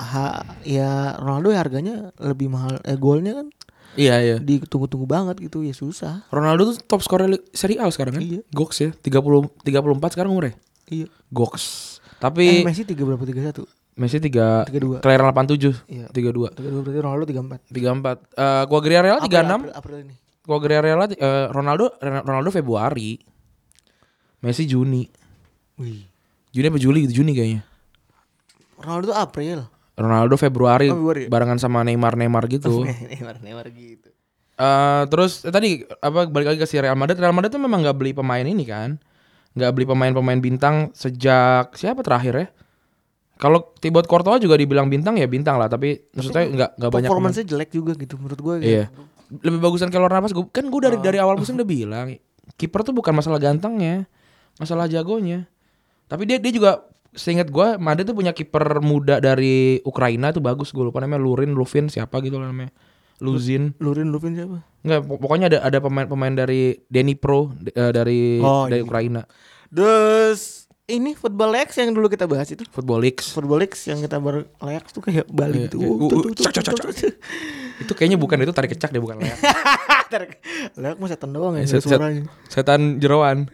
ya Ronaldo harganya lebih mahal, golnya kan Iya. ditunggu-tunggu banget gitu, ya susah. Ronaldo tuh top scorer Serie A sekarang kan? Iya. Goks ya, 34 sekarang umurnya. Iya. Goks. Tapi Messi 31. Messi 32. kelahiran 87. Iya. 32. 32 berarti Ronaldo 34. 34. Quagliarella 36. April ini. Quagliarella Ronaldo Februari. Messi Juni. Wih. Juni apa Juli gitu, Juni kayaknya. Ronaldo tuh April. Ronaldo Februari, Februari. Barengan sama Neymar gitu. Neymar gitu. Terus tadi balik lagi ke si Real Madrid. Real Madrid tuh memang nggak beli pemain ini kan, nggak beli pemain bintang sejak siapa terakhir ya? Kalau Thibaut Courtois juga dibilang bintang ya bintang lah, tapi maksudnya nggak banyak. Performance-nya jelek juga gitu menurut gue. Iya. Lebih bagusan Keylor Navas. Gue dari awal musim udah bilang kiper tuh bukan masalah gantengnya, masalah jagonya. Tapi dia juga seingat gue Madrid tuh punya kiper muda dari Ukraina tuh bagus, gue lupa namanya Luvin siapa gitu namanya. Luvin siapa? Enggak, pokoknya ada pemain dari Dnipro dari iya. Ukraina. Terus ini Football Leagues yang dulu kita bahas itu. Football Leagues yang kita baru layak tuh kayak Bali gitu. Itu kayaknya bukan, itu tarik kecak deh, bukan layak. Layak mah setan doang ya suaranya. Setan jeroan.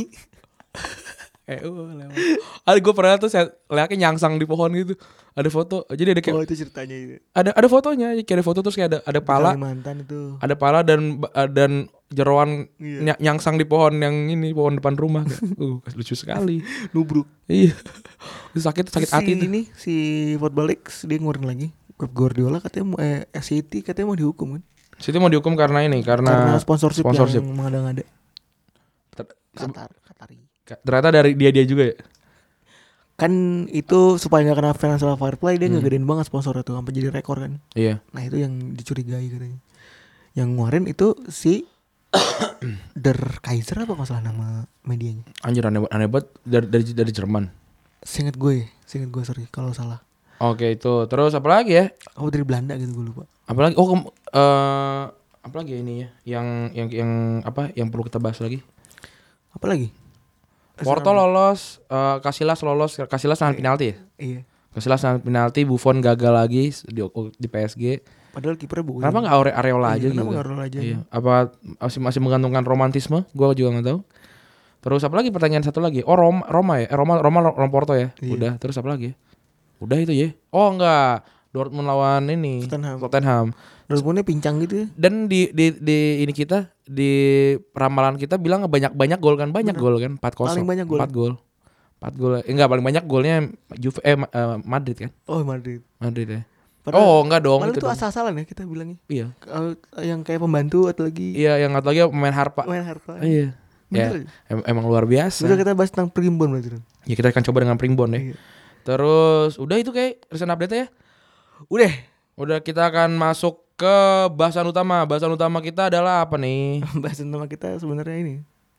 Gue pernah tuh layaknya nyangsang di pohon gitu. Ada foto. Jadi ada kayak itu ceritanya itu. Ada fotonya, kayak ada foto terus kayak ada pala. Kalimantan itu. Ada pala dan jeroan nyangsang di pohon yang ini, pohon depan rumah. Lucu sekali. Nubruk. Iya. Sakit hati tuh. Ini si Football Leagues dia ngeluarin lagi. Pep Guardiola katanya mau City katanya mau dihukum kan. City mau dihukum karena sponsorship. Yang mengada-ngada. Qatari. Ternyata dari dia juga ya. Kan itu supaya gak kena financial fair play dia ngegedein banget sponsornya tuh sampai jadi rekor kan. Iya. Nah itu yang dicurigai katanya. Yang ngeluarin itu si Der Kaiser apa masalah nama medianya? Anjir aneh banget dari Jerman. Seinget gue sorry kalau salah. Oke itu. Terus apa lagi ya? Oh dari Belanda gitu gue lupa. Apalagi apa lagi ini ya? Yang apa? Yang perlu kita bahas lagi? Apa lagi? Porto lolos, Casillas nahan penalti ya? Iya. Casillas nahan penalti, Buffon gagal lagi di PSG. Padahal kipernya bagus. Kenapa nggak Areola aja gitu? Kenapa nggak Areola aja? Iya. Apa masih menggantungkan romantisme? Gue juga nggak tahu. Terus apa lagi pertanyaan satu lagi? Oh Roma ya? Roma Porto ya? Iya. Udah. Terus apa lagi? Udah itu ya? Oh enggak. Dortmund lawan ini Tottenham. Dortmundnya pincang gitu ya. Dan di ini kita di ramalan kita bilang banyak gol kan, gol kan 4-0. Paling banyak gol. 4 gol. 4 gol. Enggak, paling banyak golnya Madrid kan. Oh Madrid Ya. Padahal, enggak dong. Padahal itu asal-asalan ya kita bilangnya. Iya. Yang kayak pembantu atau lagi. Iya, yang atau lagi pemain harpa. Main harpa. Iya. Ya, emang luar biasa. Udah kita bahas tentang primbon berarti. Ya kita akan coba dengan primbon ya. Iya. Terus udah itu kayak recent update ya. Udah Kita akan masuk ke bahasan utama. Bahasan utama kita adalah apa nih? bahasan utama kita sebenarnya ini.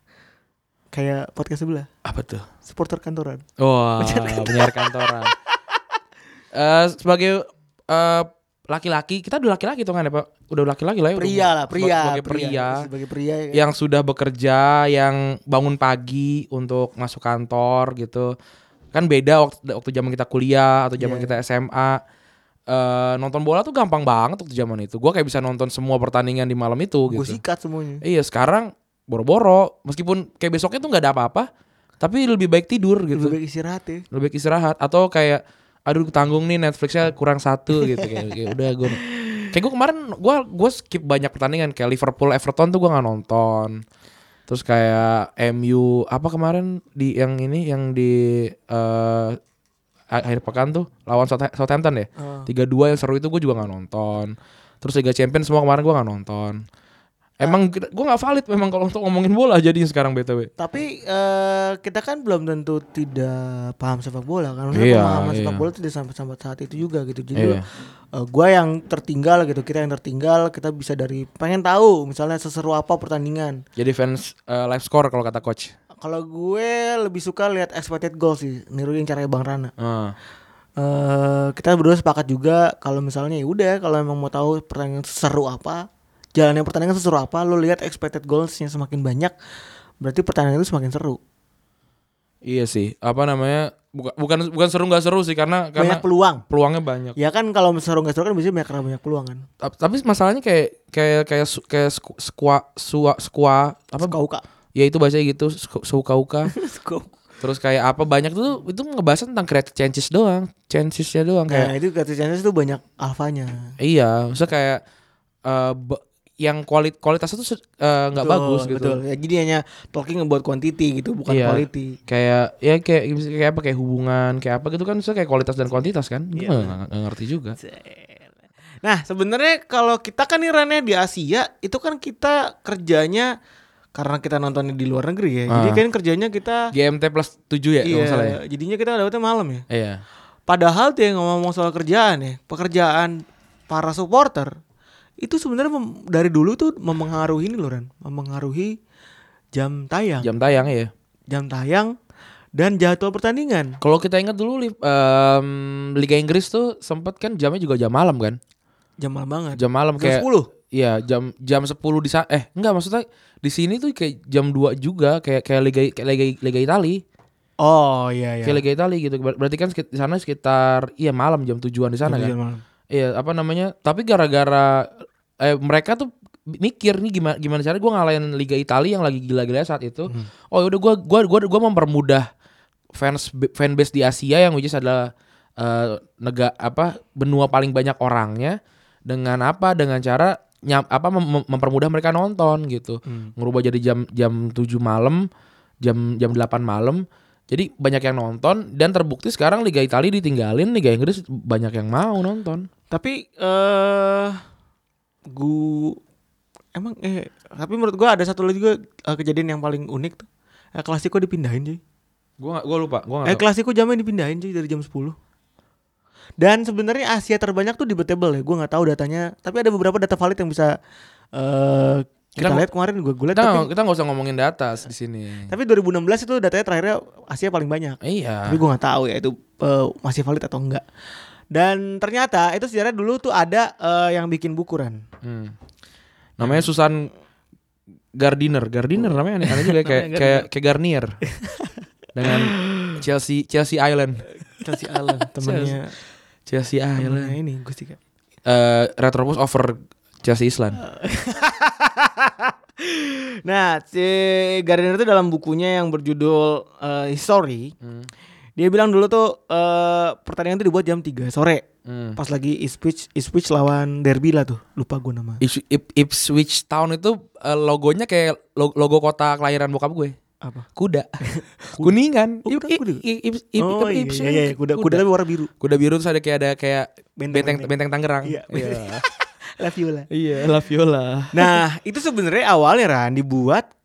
Kayak podcast sebelah, Apa tuh? supporter kantoran. Wah, penyiar kantoran. Sebagai laki-laki, kita udah laki-laki tuh kan ya Pak? Udah laki-laki lah ya. Sebagai pria Sebagai pria ya. yang sudah bekerja, yang bangun pagi untuk masuk kantor gitu. Kan beda waktu zaman kita kuliah atau zaman Iya. kita SMA. Nonton bola tuh gampang banget waktu zaman itu. Gue kayak bisa nonton semua pertandingan di malam itu Gue gitu. sikat semuanya. Iya, sekarang boro-boro, meskipun kayak besoknya tuh nggak ada apa-apa, tapi lebih baik tidur gitu. Lebih baik istirahat ya. Lebih baik istirahat atau kayak aduh tanggung nih Netflixnya kurang satu gitu kayak udah gue kayak gue kemarin gue skip banyak pertandingan kayak Liverpool Everton tuh gue nggak nonton. Terus kayak MU apa kemarin di yang di akhir pekan tuh lawan Southampton ya. 3-2 yang seru itu gue juga nggak nonton. Terus Liga Champions semua kemarin gue nggak nonton. Emang gue nggak valid memang kalau untuk ngomongin bola jadinya sekarang BTW. Tapi kita kan belum tentu tidak paham sepak bola kan. Maksudnya Iya, pemahaman iya. sepak bola tidak sampai saat itu juga gitu. Jadi Iya. gue yang tertinggal gitu, kita yang tertinggal, kita bisa dari pengen tahu misalnya seseru apa pertandingan. Jadi fans live score kalau kata coach. Kalau gue lebih suka lihat expected goal sih, niruin caranya Bang Rana. Kita berdua sepakat juga kalau misalnya ya udah kalau emang mau tahu pertandingan seru apa, jalannya pertandingan seseru apa, lo lihat expected goalsnya semakin banyak, berarti pertandingan itu semakin seru. Iya sih, apa namanya? Bukan seru nggak seru sih karena Banyak peluang. peluangnya banyak. Ya kan kalau seru nggak seru kan biasanya karena banyak peluang kan. Tapi masalahnya kayak squad apa? Suka-uka. Ya itu bahasanya gitu, suka-uka. Terus kayak apa banyak tuh itu ngebahas tentang creative chancesnya doang Nah kayak. itu creative chances tuh banyak alfanya. Iya, maksudnya kayak yang kualitasnya tuh nggak bagus gitu. Betul. Ya jadi hanya talking about quantity gitu, bukan Iya. quality. Kayak apa kayak hubungan kayak apa gitu kan, maksudnya kayak kualitas dan kuantitas kan. Gue nggak ngerti juga. Nah sebenarnya kalau kita kan nih Rene di Asia itu kan kita kerjanya karena kita nontonnya di luar negeri ya. Jadi kan kerjanya kita GMT plus 7 ya kalau nggak salah ya. jadinya kita dapetnya malam ya. Iya. Padahal tuh yang ngomong soal kerjaan ya, pekerjaan para supporter itu sebenarnya dari dulu tuh mempengaruhi ini loh Ren, mempengaruhi jam tayang. Jam tayang ya. Jam tayang dan jadwal pertandingan. Kalau kita ingat dulu Liga Inggris tuh sempet kan jamnya juga jam malam kan. Jam malam banget. Jam malam Jam kayak 10. Iya, jam 10 di enggak maksudnya di sini tuh kayak jam 2 juga kayak Liga Italia. Oh iya. Kayak Liga Italia gitu. Berarti kan di sana sekitar malam jam 7-an di sana kan. Malam. Iya, apa namanya? Tapi gara-gara mereka tuh mikir nih gimana cara gue ngalahin Liga Italia yang lagi gila-gila saat itu. Oh yaudah gue mempermudah fanbase di Asia yang which is adalah benua paling banyak orangnya dengan cara mempermudah mereka nonton gitu. Ngerubah jadi jam 7 malam, jam 8 malam. Jadi banyak yang nonton dan terbukti sekarang Liga Italia ditinggalin, Liga Inggris banyak yang mau nonton. Tapi tapi menurut gue ada satu lagi juga kejadian yang paling unik tuh. Klasiko dipindahin cuy. Gua lupa, gua enggak tahu. Klasiko jamnya dipindahin cuy dari jam 10. Dan sebenarnya Asia terbanyak tuh debatable ya. Gue nggak tahu datanya, tapi ada beberapa data valid yang bisa kita lihat kemarin gue lihat. Kita nggak usah ngomongin data di sini. Tapi 2016 itu datanya terakhirnya Asia paling banyak. Iya. Tapi gue nggak tahu ya itu masih valid atau enggak. Dan ternyata itu sejarah dulu tuh ada yang bikin bukuran. Namanya Susan Gardiner namanya aneh juga kayak Garnier. Dengan Chelsea Island. Chelsea Island temennya Chelsea Island. ini Gustika. Retropus over Chelsea Island. Nah, si Gardiner itu dalam bukunya yang berjudul History, dia bilang dulu tuh pertandingan itu dibuat jam 3 sore. Pas lagi Ipswich lawan Derby lah tuh, lupa gue nama. Ipswich Town itu logonya kayak logo kota kelahiran bokap gue. Apa? Kuda. Kuningan. Kuda. Ipswich. Iya, kuda tapi warna biru. Kuda biru terus ada kayak Benteng. benteng Tangerang. Iya. La Viola. Iya, La Viola. Nah, itu sebenarnya awalnya Ran dibuat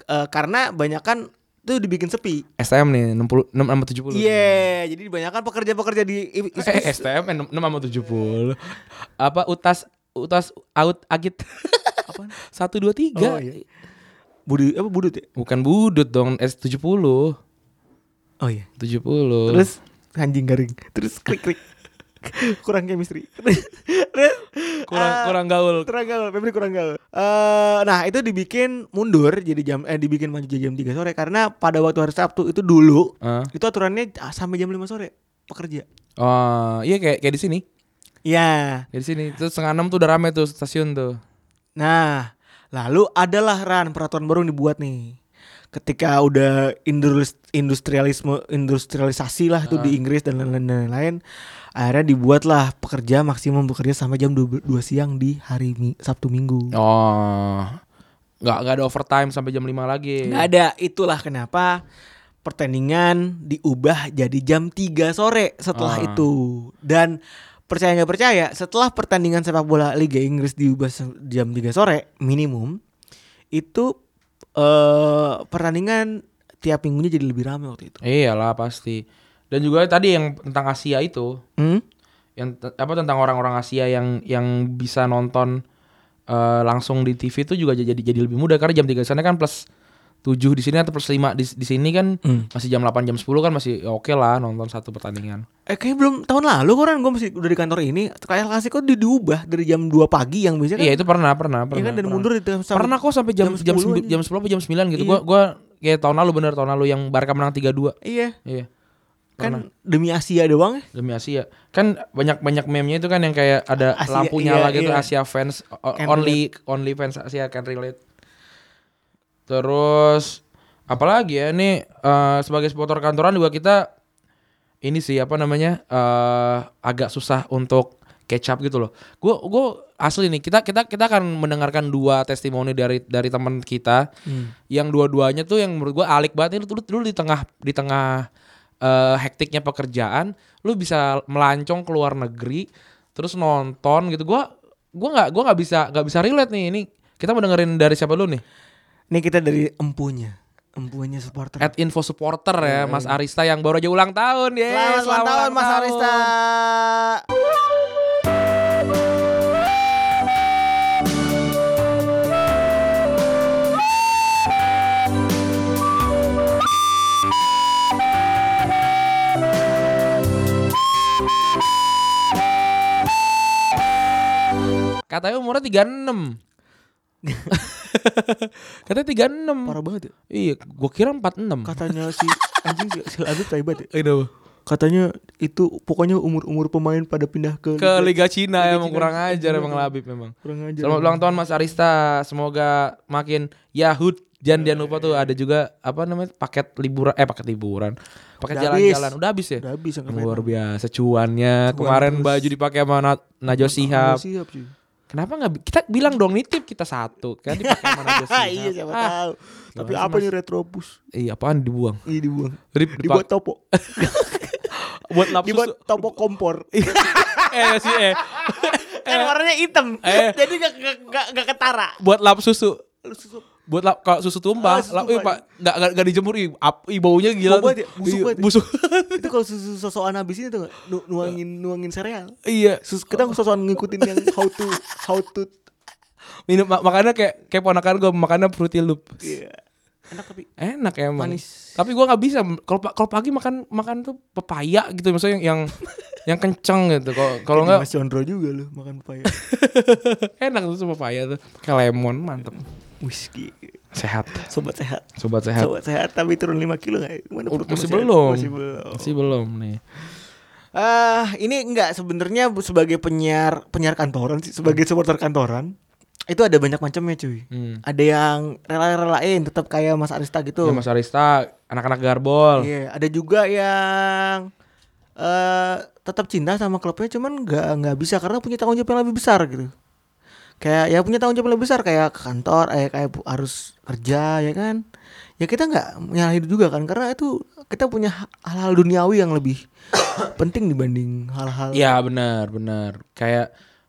karena banyak kan tuh dibikin sepi. STM nih 60 6 sama 70. Iya, jadi banyak kan pekerja-pekerja di STM 6 sama 70. Apa utas out agit. Apaan? 1 2 3. Oh, iya. Budut ya? Bukan budut dong, S70. Oh iya. 70. Terus anjing garing. Terus klik. Kurang chemistry. kurang gaul. Febri kurang gaul. Nah, itu dibikin mundur jadi dibikin maju jadi jam 3 sore karena pada waktu hari Sabtu itu dulu itu aturannya sampai jam 5 sore pekerja. Oh, iya kayak di sini. Iya. Di sini tuh 5:30 tuh udah rame tuh stasiun tuh. Nah, lalu adalah peraturan baru yang dibuat nih. Ketika udah industrialisasi lah tuh di Inggris dan lain-lain, akhirnya dibuatlah pekerja maksimum bekerja sampai jam 2 siang di hari Sabtu Minggu. Oh. Nggak ada overtime sampai jam 5 lagi. Nggak ada. Itulah kenapa pertandingan diubah jadi jam 3 sore setelah itu. Dan percaya nggak percaya, setelah pertandingan sepak bola Liga Inggris diubah jam 3 sore minimum, itu pertandingan tiap minggunya jadi lebih ramai waktu itu. Iyalah pasti. Dan juga tadi yang tentang Asia itu, yang tentang orang-orang Asia yang bisa nonton langsung di TV itu juga jadi lebih mudah karena jam 3 sana kan plus 7 di sini atau plus 5 di sini kan masih jam 8 jam 10 kan masih oke lah nonton satu pertandingan. Kayaknya belum tahun lalu kan gue masih udah di kantor ini kayak Klasiko diubah dari jam 2 pagi yang biasanya kan. Iya itu pernah. Iya kan dan mundur itu pernah kok sampai jam 10 apa jam 9 gitu. Iya. Gua kayak tahun lalu yang Barca menang 3-2. Iya. Pernah. Kan demi Asia doang ya. Demi Asia. Kan banyak meme-nya itu kan yang kayak ada Asia, lampu nyala iya, gitu iya. Asia fans Can only fans Asia can relate. Terus apalagi ya ini sebagai supporter kantoran juga kita ini sih agak susah untuk catch up gitu loh. Gue asli nih kita akan mendengarkan 2 testimoni dari teman kita yang dua-duanya tuh yang menurut gue alik banget. Ini lu di tengah hektiknya pekerjaan, lu bisa melancong ke luar negeri terus nonton gitu. Gue nggak bisa relate nih. Ini kita mau dengerin dari siapa dulu nih? Nih kita dari empunya supporter. @info supporter ya, Mas Arista yang baru aja ulang tahun. Selamat ulang tahun Mas Arista. Katanya umurnya 36. Katanya 36. Parah banget ya. Iya, gua kira 46. Katanya si anjing si Labib taibat ya. Aduh. Katanya itu pokoknya umur pemain pada pindah ke Liga Cina emang Cina. kurang ajar emang Labib memang. Kurang ajar. Selamat ulang tahun Mas Arista. Semoga makin Yahud. Jangan lupa tuh ada juga paket liburan. Paket Udah jalan-jalan. habis. Udah habis ya? Udah habis yang Luar biasa cuannya. Kemarin terus. baju dipakai sama Najwa Shihab. Siap cuy. Kenapa nggak kita bilang dong nitip kita satu kan dipakai sama Najwa Shihab. Iya siapa tahu. Tapi gimana apa sih, nih Mas? Retrobus? Iya apaan dibuang? Iya dibuang. Dibuat Dibuat topo. buat lap susu. Dibuat topo kompor. Kan warnanya hitam. Jadi gak ketara. Buat lap susu. Buat lap kalau susu tumpah, Susu lap tumpah. enggak dijemur baunya gila. Bau banget ya, busuk Iya, banget ya. busuk. Itu kalau susu sosokan habis ini tuh nuangin sereal. Iya, Kita sosokan ngikutin yang how to minum makanya kayak ponakan gue makannya Fruity Loop. Iya. Enak tapi Enak emang. manis. Tapi gue nggak bisa kalau pagi makan tuh pepaya gitu maksudnya yang kenceng gitu. Kalau nggak Mas Condro juga lu makan pepaya. enak tuh pepaya tuh kayak lemon mantep. Whisky. Sehat. Sobat sehat. Sobat sehat. Sobat sehat tapi turun 5 kilo enggak? Gimana perutnya Masih sehat? belum. Masih belum. nih. Ini enggak sebenarnya sebagai penyiar kantoran sih, sebagai supporter kantoran. Itu ada banyak macamnya cuy. Ada yang rela-relain tetap kayak Mas Arista gitu. Ya, Mas Arista, anak-anak Garbol. Iya, ada juga yang tetap cinta sama klubnya cuman nggak bisa karena punya tanggung jawab yang lebih besar gitu. Kayak ya punya tanggung jawab yang lebih besar kayak ke kantor, kayak harus kerja ya kan. Ya kita nggak nyalahin juga kan karena itu kita punya hal-hal duniawi yang lebih penting dibanding hal-hal. Iya benar. Kayak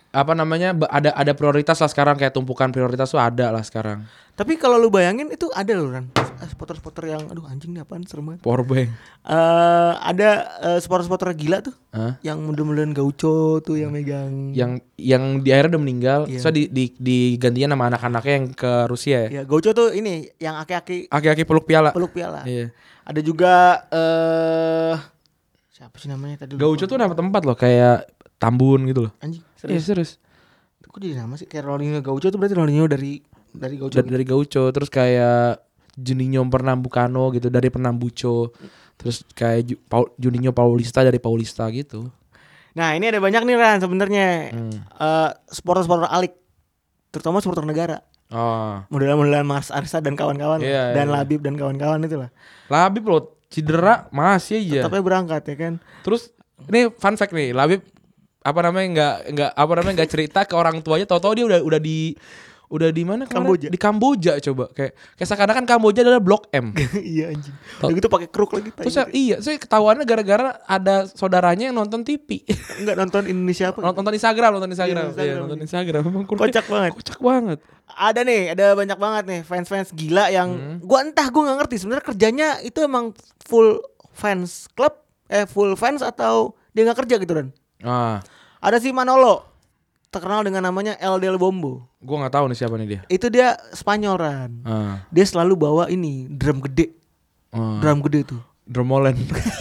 apa namanya ada prioritas lah sekarang, kayak tumpukan prioritas tuh ada lah sekarang. Tapi kalau lu bayangin itu ada loh Ran, spotter-spotter yang aduh anjing nih apaan serem banget. Powerbank. Ada spotter-spotter gila tuh. Hah? Yang model-modelan gaucho tuh yang megang. Yang di akhirnya udah meninggal, Iya. so digantinya sama anak-anaknya yang ke Rusia ya. Ya gaucho tuh ini yang aki-aki Aki-aki peluk piala. peluk piala. Iya. Ada juga siapa sih namanya tadi? Gaucho tuh nama tempat loh, kayak Tambun gitu loh. Anjing, Iya serius. serius. Kok jadi nama sih kayak Ronaldinho Gaucho tuh berarti Ronaldinho dari Gaucho. Dari Gaucho, terus kayak Juninho Pernambucano gitu dari Pernambuco. Terus kayak Juninho Paulista dari Paulista gitu. Nah, ini ada banyak nih Ran sebenarnya. Supporter-supporter alik. Terutama supporter negara. Oh. Modelan-modelan Mas Arsa dan kawan-kawan Iya, dan iya. Labib dan kawan-kawan itulah. Labib loh cedera masih aja. Tetapnya berangkat ya kan. Terus ini fun fact nih, Labib nggak cerita ke orang tuanya, tahu-tahu dia udah di mana kemarin? Kamboja. Di Kamboja coba. Kayak seakan-akan Kamboja adalah Blok M. Iya anjing. Udah gitu pakai kruk lagi. Terus saya ketahuannya gara-gara ada saudaranya yang nonton TV. enggak nonton Indonesia apa? nonton Instagram. Instagram. Iya, nonton Instagram. Memang Kocak banget. Kocak banget. Ada nih, ada banyak banget nih fans-fans gila yang gua nggak ngerti sebenarnya kerjanya itu emang full fans club, full fans atau dia nggak kerja gitu Ran. Ah, Ada si Manolo, terkenal dengan namanya El Del Bombo. gua nggak tahu nih siapa nih dia. Itu dia Spanyol Ran. Ah, Dia selalu bawa ini drum gede. Drum gede tuh. Dremolen.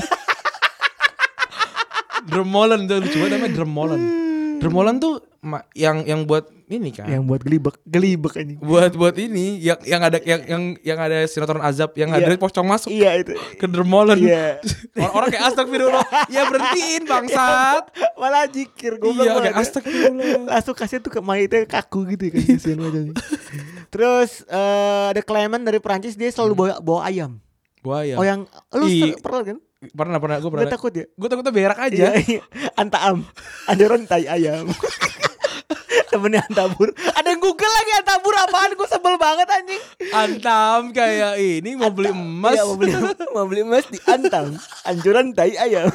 Dremolen tuh lucu banget namanya Dremolen. Dremolen tuh yang buat ini kan. Yang buat gelibek anjing. Buat ini yang ada sinetron azab yang ada pocong masuk Iya itu. ke Dremolen. Iya. Orang kayak astagfirullah. Ya berhentiin bangsat. Malah jikir goblok Iya, banget. kayak astagfirullah. Langsung kasih tuh ke mayitnya kaku gitu kan. Kasian banget anjing. Terus ada Clement dari Perancis, dia selalu bawa ayam. Buaya. Oh yang lu Ih. pernah kan? Pernah gue Gak takut ya? Gue takutnya berak Iya, aja. iya. Antaam. Anjuran tai ayam. Temennya Antabur. Ada yang Google lagi Antabur apaan? Gue sebel banget anjing. Antam kayak ini mau beli emas. Iya, mau beli emas di Antam. Anjuran tai ayam.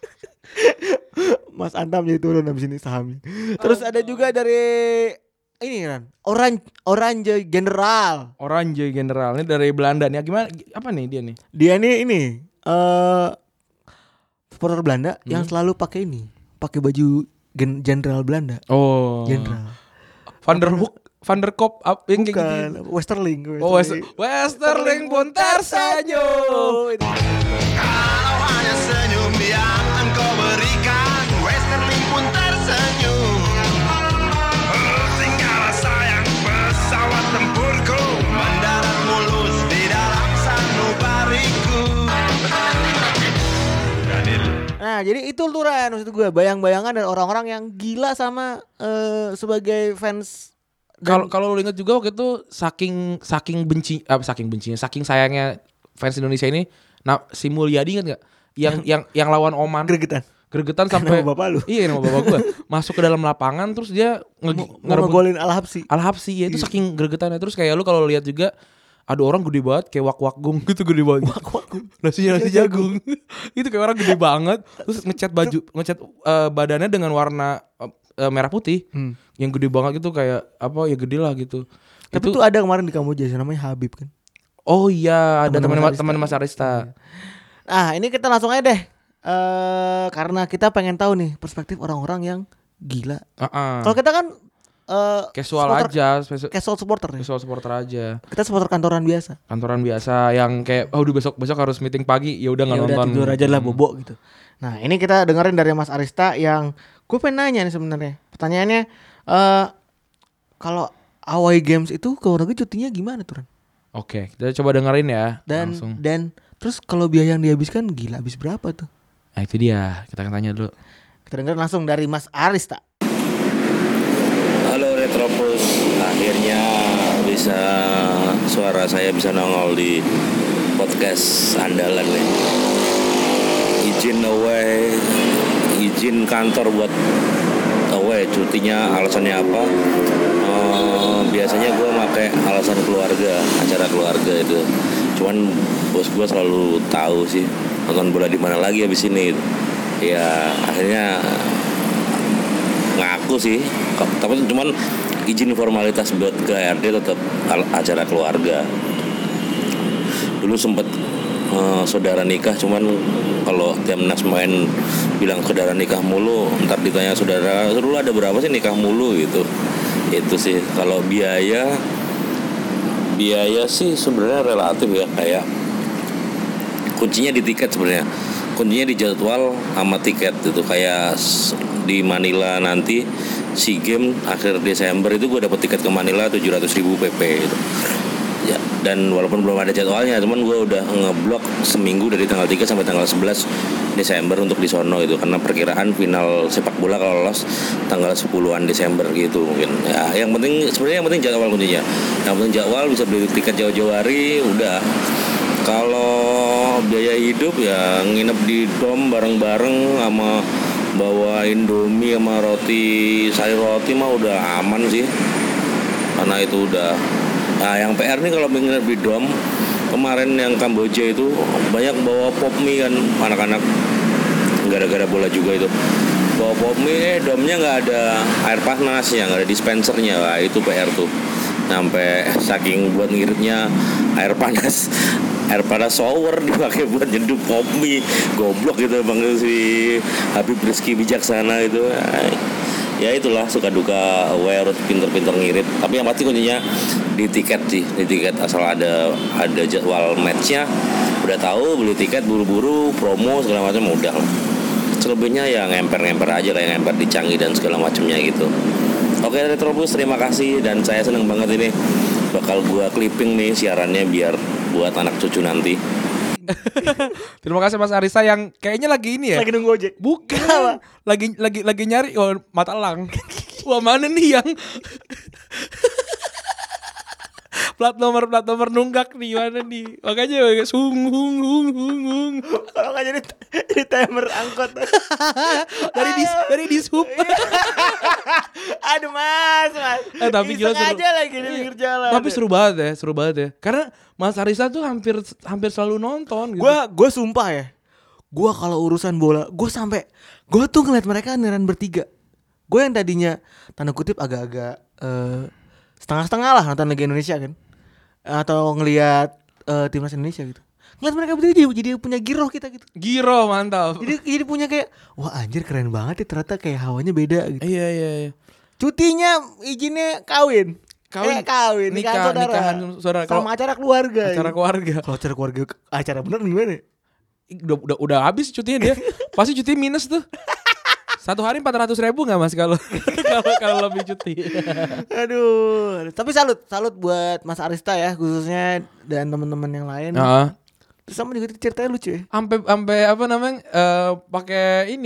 Mas Antam jadi turun habis ini sahamnya. Terus ada juga dari ini Ran, Orange General. Orange General ini dari Belanda nih. Gimana? Apa nih dia nih? Dia nih ini supporter Belanda yang selalu pakai baju Jenderal Belanda. Oh. Jenderal. Van der Hoek, Van der Kop, yang kayak gitu. Bukan, Westerling. Oh, Westerling pun tersenyum. Kalau hanya senyum yang engkau berikan, Westerling pun tersenyum. Tinggallah sayang pesawat tempurku, mendarat mulus di dalam sanubariku. Nah, jadi itu tuh Ran, maksud gue bayang-bayangan dari orang-orang yang gila sama sebagai fans. Kalau lu inget juga waktu itu saking sayangnya fans Indonesia ini, nah si Mulyadi inget nggak? Yang lawan Oman. Gregetan sampai Nama bapak lu. Iya, nama bapak gua. Masuk ke dalam lapangan terus dia ngegolin Al-Habsyi. Al-Habsyi ya, itu saking gregetannya. Terus kayak lu kalau lihat juga ada orang gede banget kayak wak-wakgung gitu, gede banget. Wak-wakgung. Nasi jagung. Itu kayak orang gede banget. Terus ngecat badannya dengan warna merah putih. Yang gede banget gitu, kayak apa ya, gede lah gitu. Tapi itu tuh ada kemarin di Kamboja namanya Habib kan. Oh iya, ada Teman teman Mas Arista. Nah, ini kita langsung aja deh. Karena kita pengen tahu nih perspektif orang-orang yang gila. Kalau kita kan Casual aja, casual supporter ya. casual supporter aja. Kita supporter kantoran biasa. Kantoran biasa yang kayak udah besok harus meeting pagi, ya udah enggak Ya udah nonton. tidur aja lah bobo gitu. Nah, ini kita dengerin dari Mas Arista yang gue pengen nanya nih sebenarnya. Pertanyaannya kalau away games itu ke luar negeri cutinya gimana tuh Ran? Oke, kita coba dengerin ya. Langsung. Dan terus kalau biaya yang dihabiskan gila habis berapa tuh? Nah, itu dia. Kita akan tanya dulu. Kita dengerin langsung dari Mas Arista. Halo Retropus, akhirnya suara saya bisa nongol di podcast andalan nih. Izin kantor buat away, cutinya alasannya apa? Biasanya gue pakai alasan keluarga, acara keluarga itu. Cuman bos gue selalu tahu sih nonton bola di mana lagi abis ini. Ya akhirnya ngaku sih. Tapi cuman izin formalitas buat ke HRD tetap acara keluarga. Dulu sempet saudara nikah, cuman kalau Timnas main bilang saudara nikah mulu, ntar ditanya saudara dulu ada berapa sih nikah mulu gitu. Itu sih. Kalau biaya sih sebenarnya relatif ya, kayak kuncinya di tiket sebenarnya. Kuncinya di jadwal sama tiket itu. Kayak di Manila nanti SEA Games akhir Desember itu gue dapet tiket ke Manila 700.000 PP gitu. Ya, dan walaupun belum ada jadwalnya, cuman gue udah ngeblok seminggu dari tanggal 3 sampai tanggal 11 Desember untuk di sono itu, karena perkiraan final sepak bola kalau lolos tanggal 10-an Desember gitu mungkin. Ya, yang penting sebenarnya yang penting jadwal kuncinya. Yang penting jadwal, bisa beli tiket jauh-jauh hari udah. Kalau biaya hidup ya nginep di dom bareng-bareng sama bawa Indomie sama sari roti mah udah aman sih. Karena itu udah. Nah, yang PR nih kalau nginep di dom, kemarin yang Kamboja itu banyak bawa pop mie kan anak-anak, gara-gara bola juga itu. Bawa pop mie, domnya nggak ada air panasnya, nggak ada dispensernya. Wah, itu PR tuh. Sampai saking buat ngiritnya air panas shower dipakai buat nyeduh pop mie. Goblok gitu bang si Habib Rizky Bijaksana itu. Ya itulah suka duka aware, pinter-pinter ngirit. Tapi yang pasti kuncinya di tiket sih, di tiket. Asal ada jadwal matchnya, udah tahu beli tiket buru-buru, promo segala macam udah lah. Selebihnya ya ngemper-ngemper aja, kayak ngemper di Canggih dan segala macamnya gitu. Oke Retrobus, terima kasih, dan saya seneng banget ini bakal gua clipping nih siarannya biar buat anak cucu nanti. Terima kasih Mas Arista yang kayaknya lagi ini ya. Lagi nunggu ojek. Bukan. lagi nyari mata elang. Wah, mana nih yang plat nomor nunggak nih, mana nih. Makanya hung. Kalau nggak jadi timer angkot. dari dishub. Aduh mas. Tapi gila seru. Aja lagi di pinggir jalan. Tapi seru banget ya. Karena Mas Arista tuh hampir selalu nonton gitu. Gue sumpah ya. Gue kalau urusan bola, gue tuh ngeliat mereka niran bertiga. Gue yang tadinya tanda kutip agak-agak setengah-setengah lah nonton Liga Indonesia kan, atau ngelihat timnas Indonesia gitu. Ngeliat mereka bertiga jadi punya giroh kita gitu. Giroh mantap. Jadi punya kayak, wah anjir keren banget ya, ternyata kayak hawanya beda gitu. Iya. Cutinya izinnya kawin. Nikahan saudara. Sama acara keluarga. Kalau acara keluarga, acara bener gimana? Udah habis cutinya dia. Pasti cuti minus tuh. 1 hari 400.000 nggak mas kalau lebih cuti. Aduh. Tapi salut buat Mas Arista ya khususnya, dan teman-teman yang lain. Terus sama juga ceritanya lucu ya. Sampai apa namanya? Pakai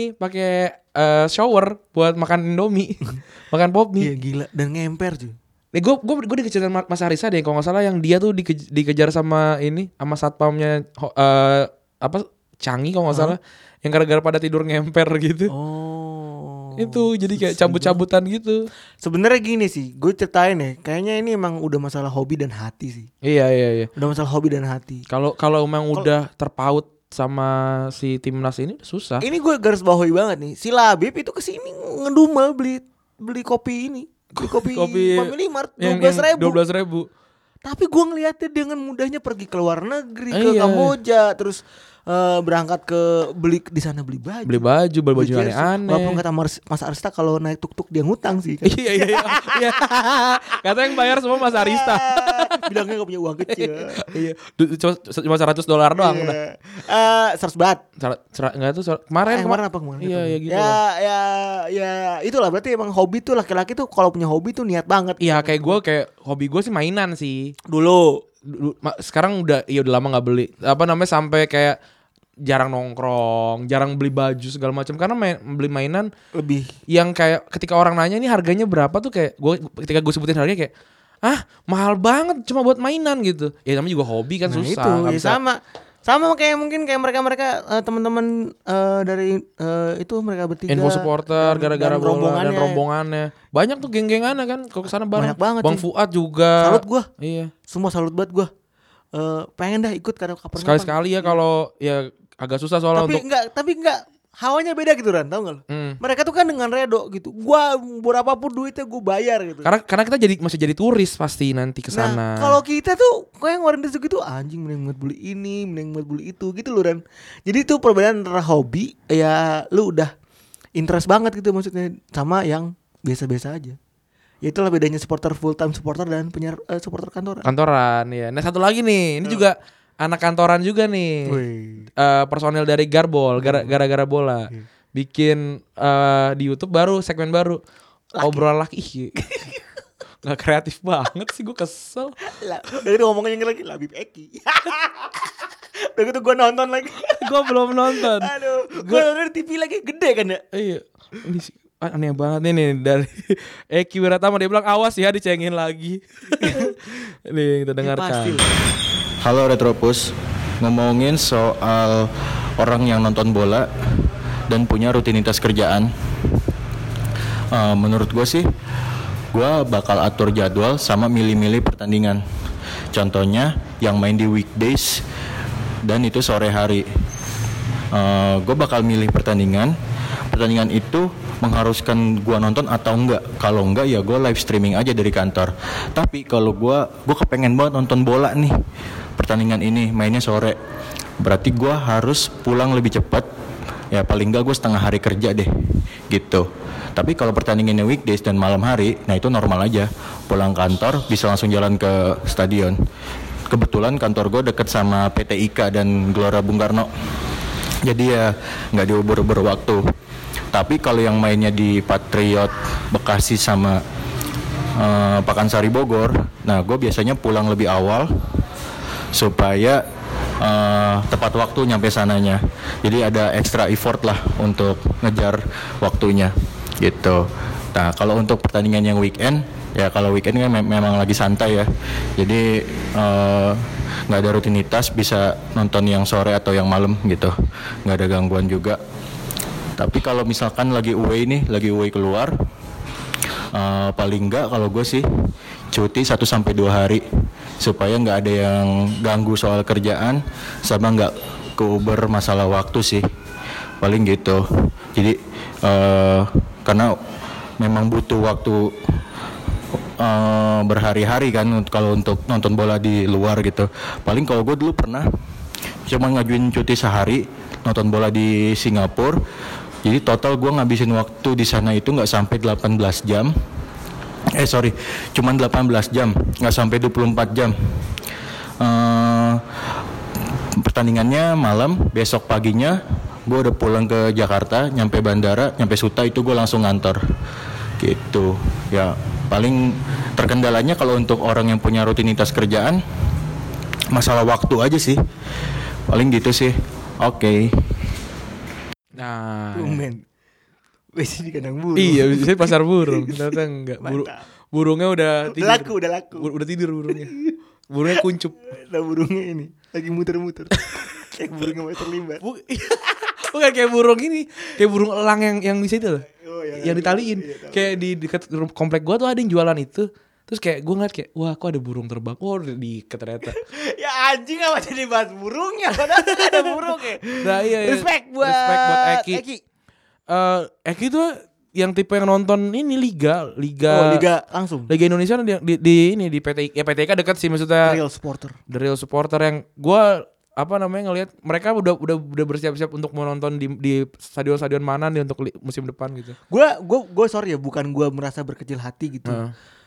shower buat makan Indomie, makan pop mie. Iya gila, dan ngemper cuy. Nih gue dikejar Mas Arista deh kalau nggak salah, yang dia tuh dikejar sama satpamnya Canggih kalau nggak salah, yang gara-gara pada tidur ngemper gitu. Itu jadi kayak cabut-cabutan gitu. Sebenarnya gini sih, gue ceritain ya, kayaknya ini emang udah masalah hobi dan hati sih. Iya. Udah masalah hobi dan hati. Kalau emang udah terpaut sama si timnas ini susah. Ini gue garis bawahi banget nih. Si Labib itu kesini ngedumel beli kopi ini. Kopi Family Mart 12.000. Tapi gue ngeliatnya dengan mudahnya pergi ke luar negeri, ke Kamboja, terus berangkat ke di sana beli baju aneh-aneh. Walaupun kata Mas Arista kalau naik tuk-tuk dia ngutang sih kan? Iya. Kata yang bayar semua Mas Arista. Bilangnya gak punya uang kecil. Iya. Cuma $100 doang udah. 100 baht. Enggak tuh kemarin apa? Iya gitu. Ya itulah, berarti emang hobi tuh, laki-laki tuh kalau punya hobi tuh niat banget. Iya, kayak hobi gue sih mainan sih. Dulu sekarang udah lama nggak beli. Sampai kayak jarang nongkrong, jarang beli baju segala macam, karena beli mainan lebih yang kayak ketika orang nanya ini harganya berapa tuh, kayak ketika gue sebutin harganya kayak mahal banget cuma buat mainan gitu. Ya namanya juga hobi kan, susah. Itu ya sama kayak mungkin kayak mereka teman-teman dari itu mereka bertiga. Info supporter gara-gara bola dan rombongannya. Banyak tuh geng-gengannya kan kalau kesana bareng. Banyak banget. Bang Fuad juga. Salut gua. Iya. Semua salut banget gua. Pengen dah ikut karena kapan. Sekali-sekali ya, kalau ya agak susah soalnya tapi enggak hawanya beda gitu Ran, tau gak lu? Mereka tuh kan dengan redo gitu. Gua berapapun duitnya gue bayar gitu. Karena kita masih jadi turis pasti nanti ke sana. Nah, kalau kita tuh kayak ngeluarin duit segitu anjing mending buat beli ini, mending buat beli itu gitu loh Ran. Jadi itu perbedaan antara hobi ya lu udah interest banget gitu maksudnya sama yang biasa-biasa aja. Ya itulah bedanya supporter full time supporter dan supporter kantoran. Kantoran ya. Nah satu lagi nih, ini juga anak kantoran juga nih. Personil dari Garbol gara-gara bola. Bikin di YouTube baru segmen baru. Obrolan laki. Ih, nggak kreatif banget sih, gue kesel. Dari itu ngomongnya lagi Labib Eki. Udah gitu gue nonton lagi. Gue belum nonton. Aduh, gue nonton di TV lagi gede kan ya. Iya. Ini sih aneh banget nih dari Eki Wiratama, dia bilang awas ya dicengin lagi. Nih kita dengarkan. Halo Retropus, ngomongin soal orang yang nonton bola dan punya rutinitas kerjaan. Menurut gue sih, gue bakal atur jadwal sama milih-milih pertandingan. Contohnya yang main di weekdays dan itu sore hari. Gue bakal milih pertandingan itu mengharuskan gue nonton atau enggak. Kalau enggak ya gue live streaming aja dari kantor. Tapi kalau gue kepengen banget nonton bola nih, pertandingan ini mainnya sore, berarti gue harus pulang lebih cepat. Ya paling enggak gue setengah hari kerja deh gitu. Tapi kalau pertandingannya weekdays dan malam hari, nah itu normal aja. Pulang kantor bisa langsung jalan ke stadion. Kebetulan kantor gue deket sama PT IKA dan Gelora Bung Karno, jadi ya nggak diubur-ubur waktu. Tapi kalau yang mainnya di Patriot Bekasi sama Pakansari Bogor, nah gue biasanya pulang lebih awal supaya tepat waktu nyampe sananya. Jadi ada extra effort lah untuk ngejar waktunya gitu. Nah kalau untuk pertandingan yang weekend, ya kalau weekend kan memang lagi santai ya. Jadi nggak ada rutinitas, bisa nonton yang sore atau yang malam gitu, nggak ada gangguan juga. Tapi kalau misalkan lagi away keluar, paling nggak kalau gue sih cuti 1-2 hari supaya nggak ada yang ganggu soal kerjaan sama nggak keuber masalah waktu sih, paling gitu. Jadi karena memang butuh waktu berhari-hari kan kalau untuk nonton bola di luar gitu. Paling kalau gue dulu pernah cuma ngajuin cuti sehari nonton bola di Singapura. Jadi total gue ngabisin waktu di sana itu nggak sampai 18 jam. Cuman 18 jam, nggak sampai 24 jam. Pertandingannya malam, besok paginya gue udah pulang ke Jakarta, nyampe bandara, nyampe Suta itu gue langsung ngantor. Gitu. Ya paling terkendalanya kalau untuk orang yang punya rutinitas kerjaan, masalah waktu aja sih. Paling gitu sih. Oke. Nah, Tumen. Wes di kandang burung. iya, biasanya pasar burung. Ternyata enggak. Burungnya udah tidur. Udah laku. Udah tidur burungnya. Burungnya kuncup. Nah burungnya ini lagi muter-muter. Kayak burungnya mau terlibat. Bukan kayak burung ini, kayak burung elang yang bisa itu loh. Oh, yang ditaliin. Kayak di dekat komplek gua tuh ada yang jualan itu. Terus kayak gue ngeliat kayak, wah kok ada burung terbang. Oh diikat ternyata. Ya anjing apa jadi bahas burungnya. Padahal ada burung ya. Nah iya. Respect buat Eki. Eki tuh yang tipe yang nonton ini Liga langsung. Liga Indonesia di PT PTK dekat sih maksudnya. The Real Supporter yang gue ngelihat mereka udah bersiap-siap untuk menonton di stadion-stadion mana nih untuk musim depan gitu. Gue sorry ya, bukan gue merasa berkecil hati gitu.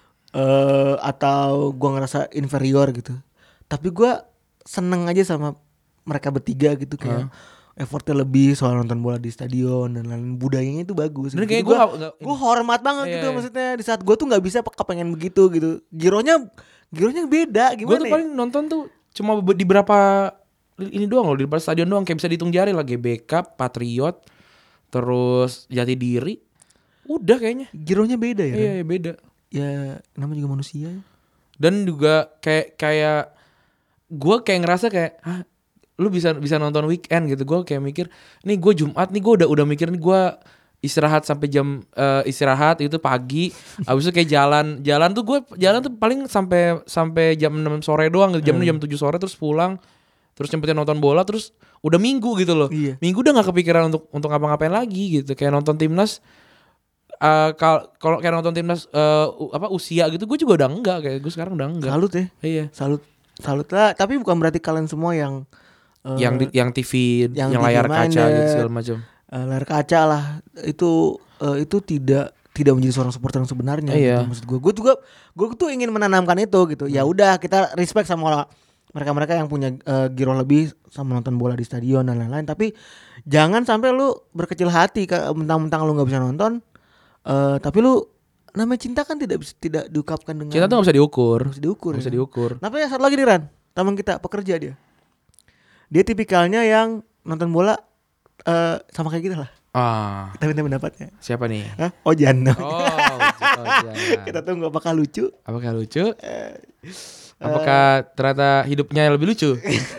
Atau gue ngerasa inferior gitu. Tapi gue seneng aja sama mereka bertiga gitu, kayak effortnya lebih soal nonton bola di stadion dan lain, budayanya itu bagus. Bener, kayak gue hormat banget gitu. Maksudnya di saat gue tuh nggak bisa kepengen begitu gitu. Gironya beda gimana? Gue tuh paling nonton tuh cuma di berapa ini doang loh, di beberapa stadion doang, kayak bisa dihitung jari lah. GBK, Patriot, terus Jatidiri, udah kayaknya. Gironya beda ya? Iya beda. Ya namanya juga manusia. Dan juga kayak gue kayak ngerasa kayak lu bisa nonton weekend gitu. Gue kayak mikir, nih gue Jumat nih gue udah mikir nih gue istirahat sampai jam istirahat itu pagi. Abis itu kayak jalan tuh paling sampai jam 6 sore doang, jam 7 sore terus pulang. terus nyempetin nonton bola, terus udah Minggu gitu loh. Iya. Minggu udah nggak kepikiran untuk ngapa-ngapain lagi gitu. Kayak nonton timnas. Kalau kayak nonton timnas usia gitu, gue juga udah enggak. Kayak gue sekarang udah enggak. Salut ya. Iya. Salut lah. Tapi bukan berarti kalian semua yang Yang TV, yang yang layar TV kaca minded, gitu segala macam. layar kaca lah. Itu tidak menjadi seorang supporter yang sebenarnya. Iya. Gitu. Maksud gue tuh ingin menanamkan itu gitu. Ya udah, kita respect sama mereka-mereka yang punya giroh lebih sama nonton bola di stadion dan lain-lain. Tapi jangan sampai lu berkecil hati mentang-mentang lu nggak bisa nonton. Tapi lu, namanya cinta kan tidak diungkapkan dengan Cinta tuh nggak bisa diukur. Nggak bisa diukur. Nggak bisa ya. diukur. Tapi ya satu lagi nih Ran, teman kita pekerja dia. Dia tipikalnya yang nonton bola sama kayak kita lah. Ah, Kita minta pendapatnya. siapa nih? Hah? Ojan. Ojan. Kita tunggu apakah lucu. Apakah lucu? Apakah ternyata hidupnya lebih lucu?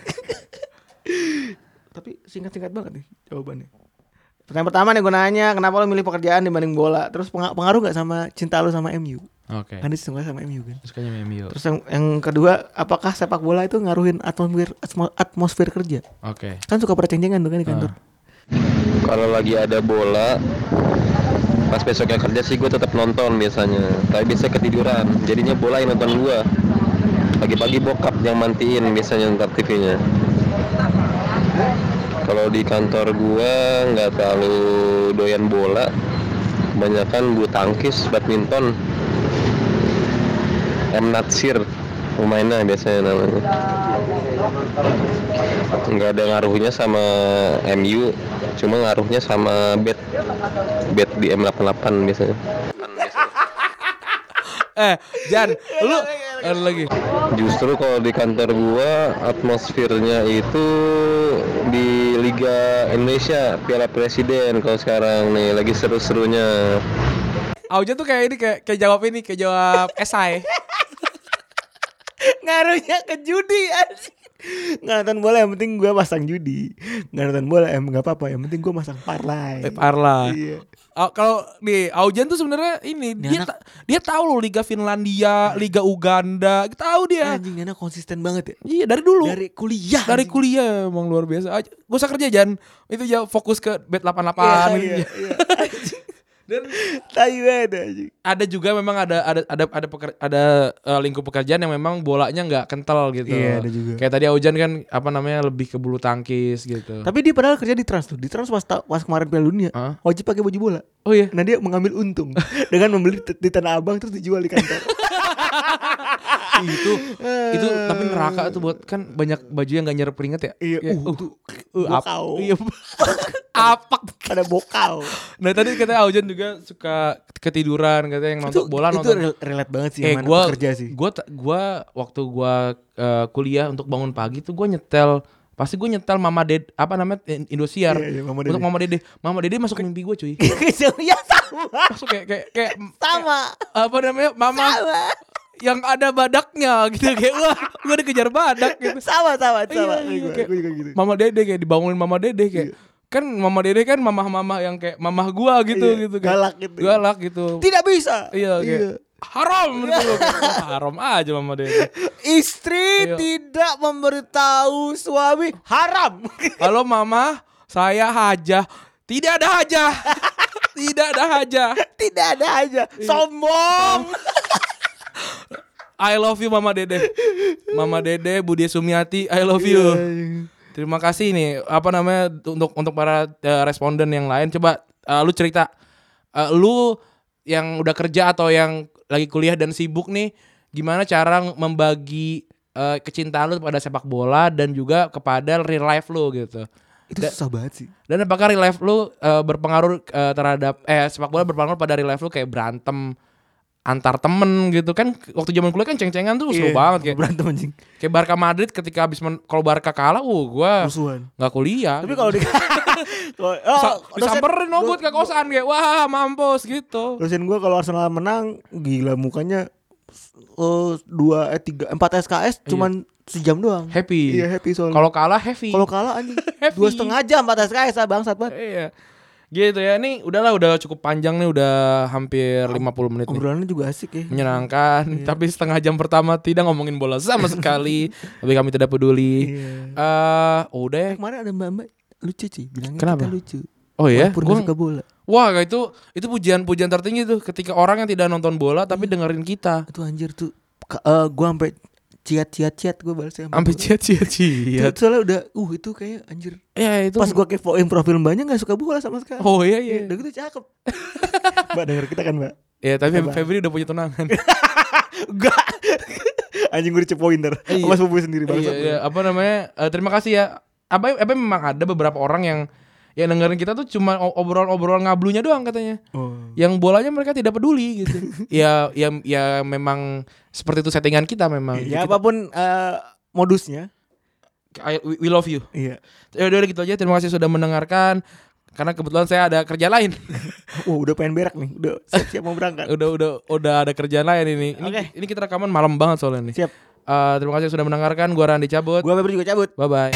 Tapi singkat-singkat banget nih jawabannya. Pertanyaan pertama nih gue nanya, kenapa lo milih pekerjaan dibanding bola? Terus pengaruh gak sama cinta lo sama MU? Oke. Kan dia suka sama MU kan. Sukanya MU. Terus yang kedua, apakah sepak bola itu ngaruhin atmosfer kerja? Oke. Kan suka pada ceng-cengan tuh kan di kantor. Kalau lagi ada bola, pas besoknya kerja sih gue tetap nonton biasanya. Tapi biasanya ketiduran, jadinya bola yang nonton gue. Pagi-pagi bokap yang mantiin biasanya nonton TV-nya. Kalau di kantor gue nggak terlalu doyan bola, kebanyakan bulu tangkis, badminton, Natsir pemainnya biasanya namanya. Nggak ada ngaruhnya sama MU, cuma ngaruhnya sama bet di M88 biasanya. Jan, lu ada lagi. Justru kalau di kantor gua atmosfernya itu di Liga Indonesia Piala Presiden kalau sekarang nih lagi seru-serunya. Auja tuh kayak ini kayak jawab esai. Ngaruhnya ke judi anjing. Nggak nonton bola, yang penting gue pasang judi. Nggak nonton bola, nggak apa-apa, yang penting gue pasang parlay. Parla. Iya. Kalau nih Aujan tuh sebenarnya ini dia tahu loh Liga Finlandia, Liga Uganda, tahu dia. Anjing, enak konsisten banget ya. Iya dari dulu. Dari kuliah. Dari kuliah emang luar biasa. Gak usah kerja Jan. Itu ya fokus ke bet 88 gitu. Iya. Dan tai banget anjing. Ada juga memang ada lingkup pekerjaan yang memang bolanya nggak kental gitu. Iya, ada juga. Kayak tadi Aujan kan lebih ke bulu tangkis gitu. Tapi dia padahal kerja di Trans tuh. Di Trans pas kemarin Piala Dunia, wajib pakai baju bola. Oh iya. Nah, dia mengambil untung dengan membeli di Tanah Abang terus dijual di kantor. itu tapi neraka tuh buat kan banyak baju yang nggak nyerap keringet ya. Iya. Bokau. Iya. Apak. Ada bokau. Nah tadi katanya Aujan juga suka ketiduran, katanya yang nonton bola itu nonton. relate banget sih sama anak pekerja sih. Gue waktu gue kuliah untuk bangun pagi tuh gue nyetel. Pasti gue nyetel Mama Dede Indosiar. Iya, Mama Dede. Untuk Mama Dede masuk ke mimpi gue cuy. Ya sama. Masuk kayak Sama. apa namanya Mama Sama. yang ada badaknya gitu kayak wah gue dikejar badak gitu. Sama. Iya, Gue juga gitu. Mama Dede kayak dibangunin Mama Dede kayak kan Mama Dede kan mamah-mamah yang kayak mamah gua gitu Iya, gitu kan. Galak gitu. Tidak bisa. Iya kayak haram gitu. Haram aja Mama Dede. Istri Iya. tidak memberitahu suami haram. Halo Mama, saya hajah. Tidak ada hajah. Tidak ada hajah. Tidak ada aja. Sombong. I love you Mama Dede. Mama Dede, Budi Sumiati, I love you. Terima kasih nih untuk para responden yang lain. Coba lu cerita lu yang udah kerja atau yang lagi kuliah dan sibuk nih, gimana cara membagi kecintaan lu pada sepak bola dan juga kepada real life lu gitu. Itu susah banget sih. Dan apakah real life lu berpengaruh terhadap sepak bola berpengaruh pada real life lu kayak berantem antar temen gitu kan, waktu zaman kuliah kan ceng-cengan tuh seru banget kayak berantem anjing. Kayak Barca Madrid ketika habis kalau Barca kalah, gua Musuhan. nggak kuliah. Tapi kalau di disamperin nobot ke kosan kayak wah mampus gitu. dosen gue kalau Arsenal menang gila mukanya 4 SKS cuman sejam doang. Happy. Iya happy soalnya. Kalau kalah heavy. Kalau kalah anjing Heavy. 2,5 jam 4 SKS bangsat banget. Iya. Gitu ya. Nih udah cukup panjang nih, udah hampir 50 menit nih. Obrolannya juga asik ya. Menyenangkan, tapi setengah jam pertama tidak ngomongin bola sama sekali. Tapi kami tidak peduli. Udah ya. Kemarin ada mbak-mbak lucu sih, bilangnya Kenapa? kita lucu. Oh ya, Walaupun gak suka bola. Wah, itu pujian tertinggi tuh ketika orang yang tidak nonton bola tapi dengerin kita. Itu anjir tuh. Gua sampai ciat gue balasnya Sampai ciat. Itu soalnya udah itu kayak anjir. Ya itu. Pas gua kepoin profil mbaknya gak suka bola sama sekali. Oh iya. Udah gitu cakep. Mbak denger kita kan mbak? Ya tapi Febri udah punya tunangan. Enggak. Anjing gue dicepoin ntar sama sepupu sendiri bangsa. Iya, apa namanya? Terima kasih ya. Apa memang ada beberapa orang yang dengerin kita tuh cuma obrolan ngablunya doang katanya. Yang bolanya mereka tidak peduli gitu. ya memang seperti itu settingan kita memang. Ya apapun modusnya. We love you. Iya. Ya udah gitu aja. Terima kasih sudah mendengarkan. Karena kebetulan saya ada kerja lain. Udah pengen berak nih. Udah siap mau berangkat. udah ada kerjaan lain ini. Ini kita rekaman malam banget soalnya nih. Siap. Terima kasih sudah mendengarkan. Gua Randy cabut. Gua Febri juga cabut. Bye bye.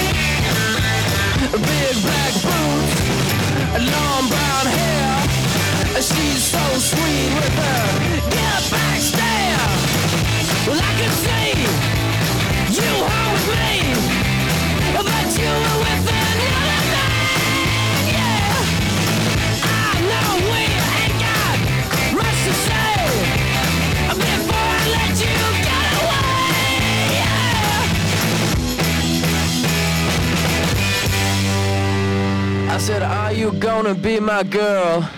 Big black boots, long brown hair. She's so sweet with her get back stare. Well, I can see you home with me, but you were with another man. Yeah, I know we ain't got much to say before I let you get away. Yeah. I said, are you gonna be my girl?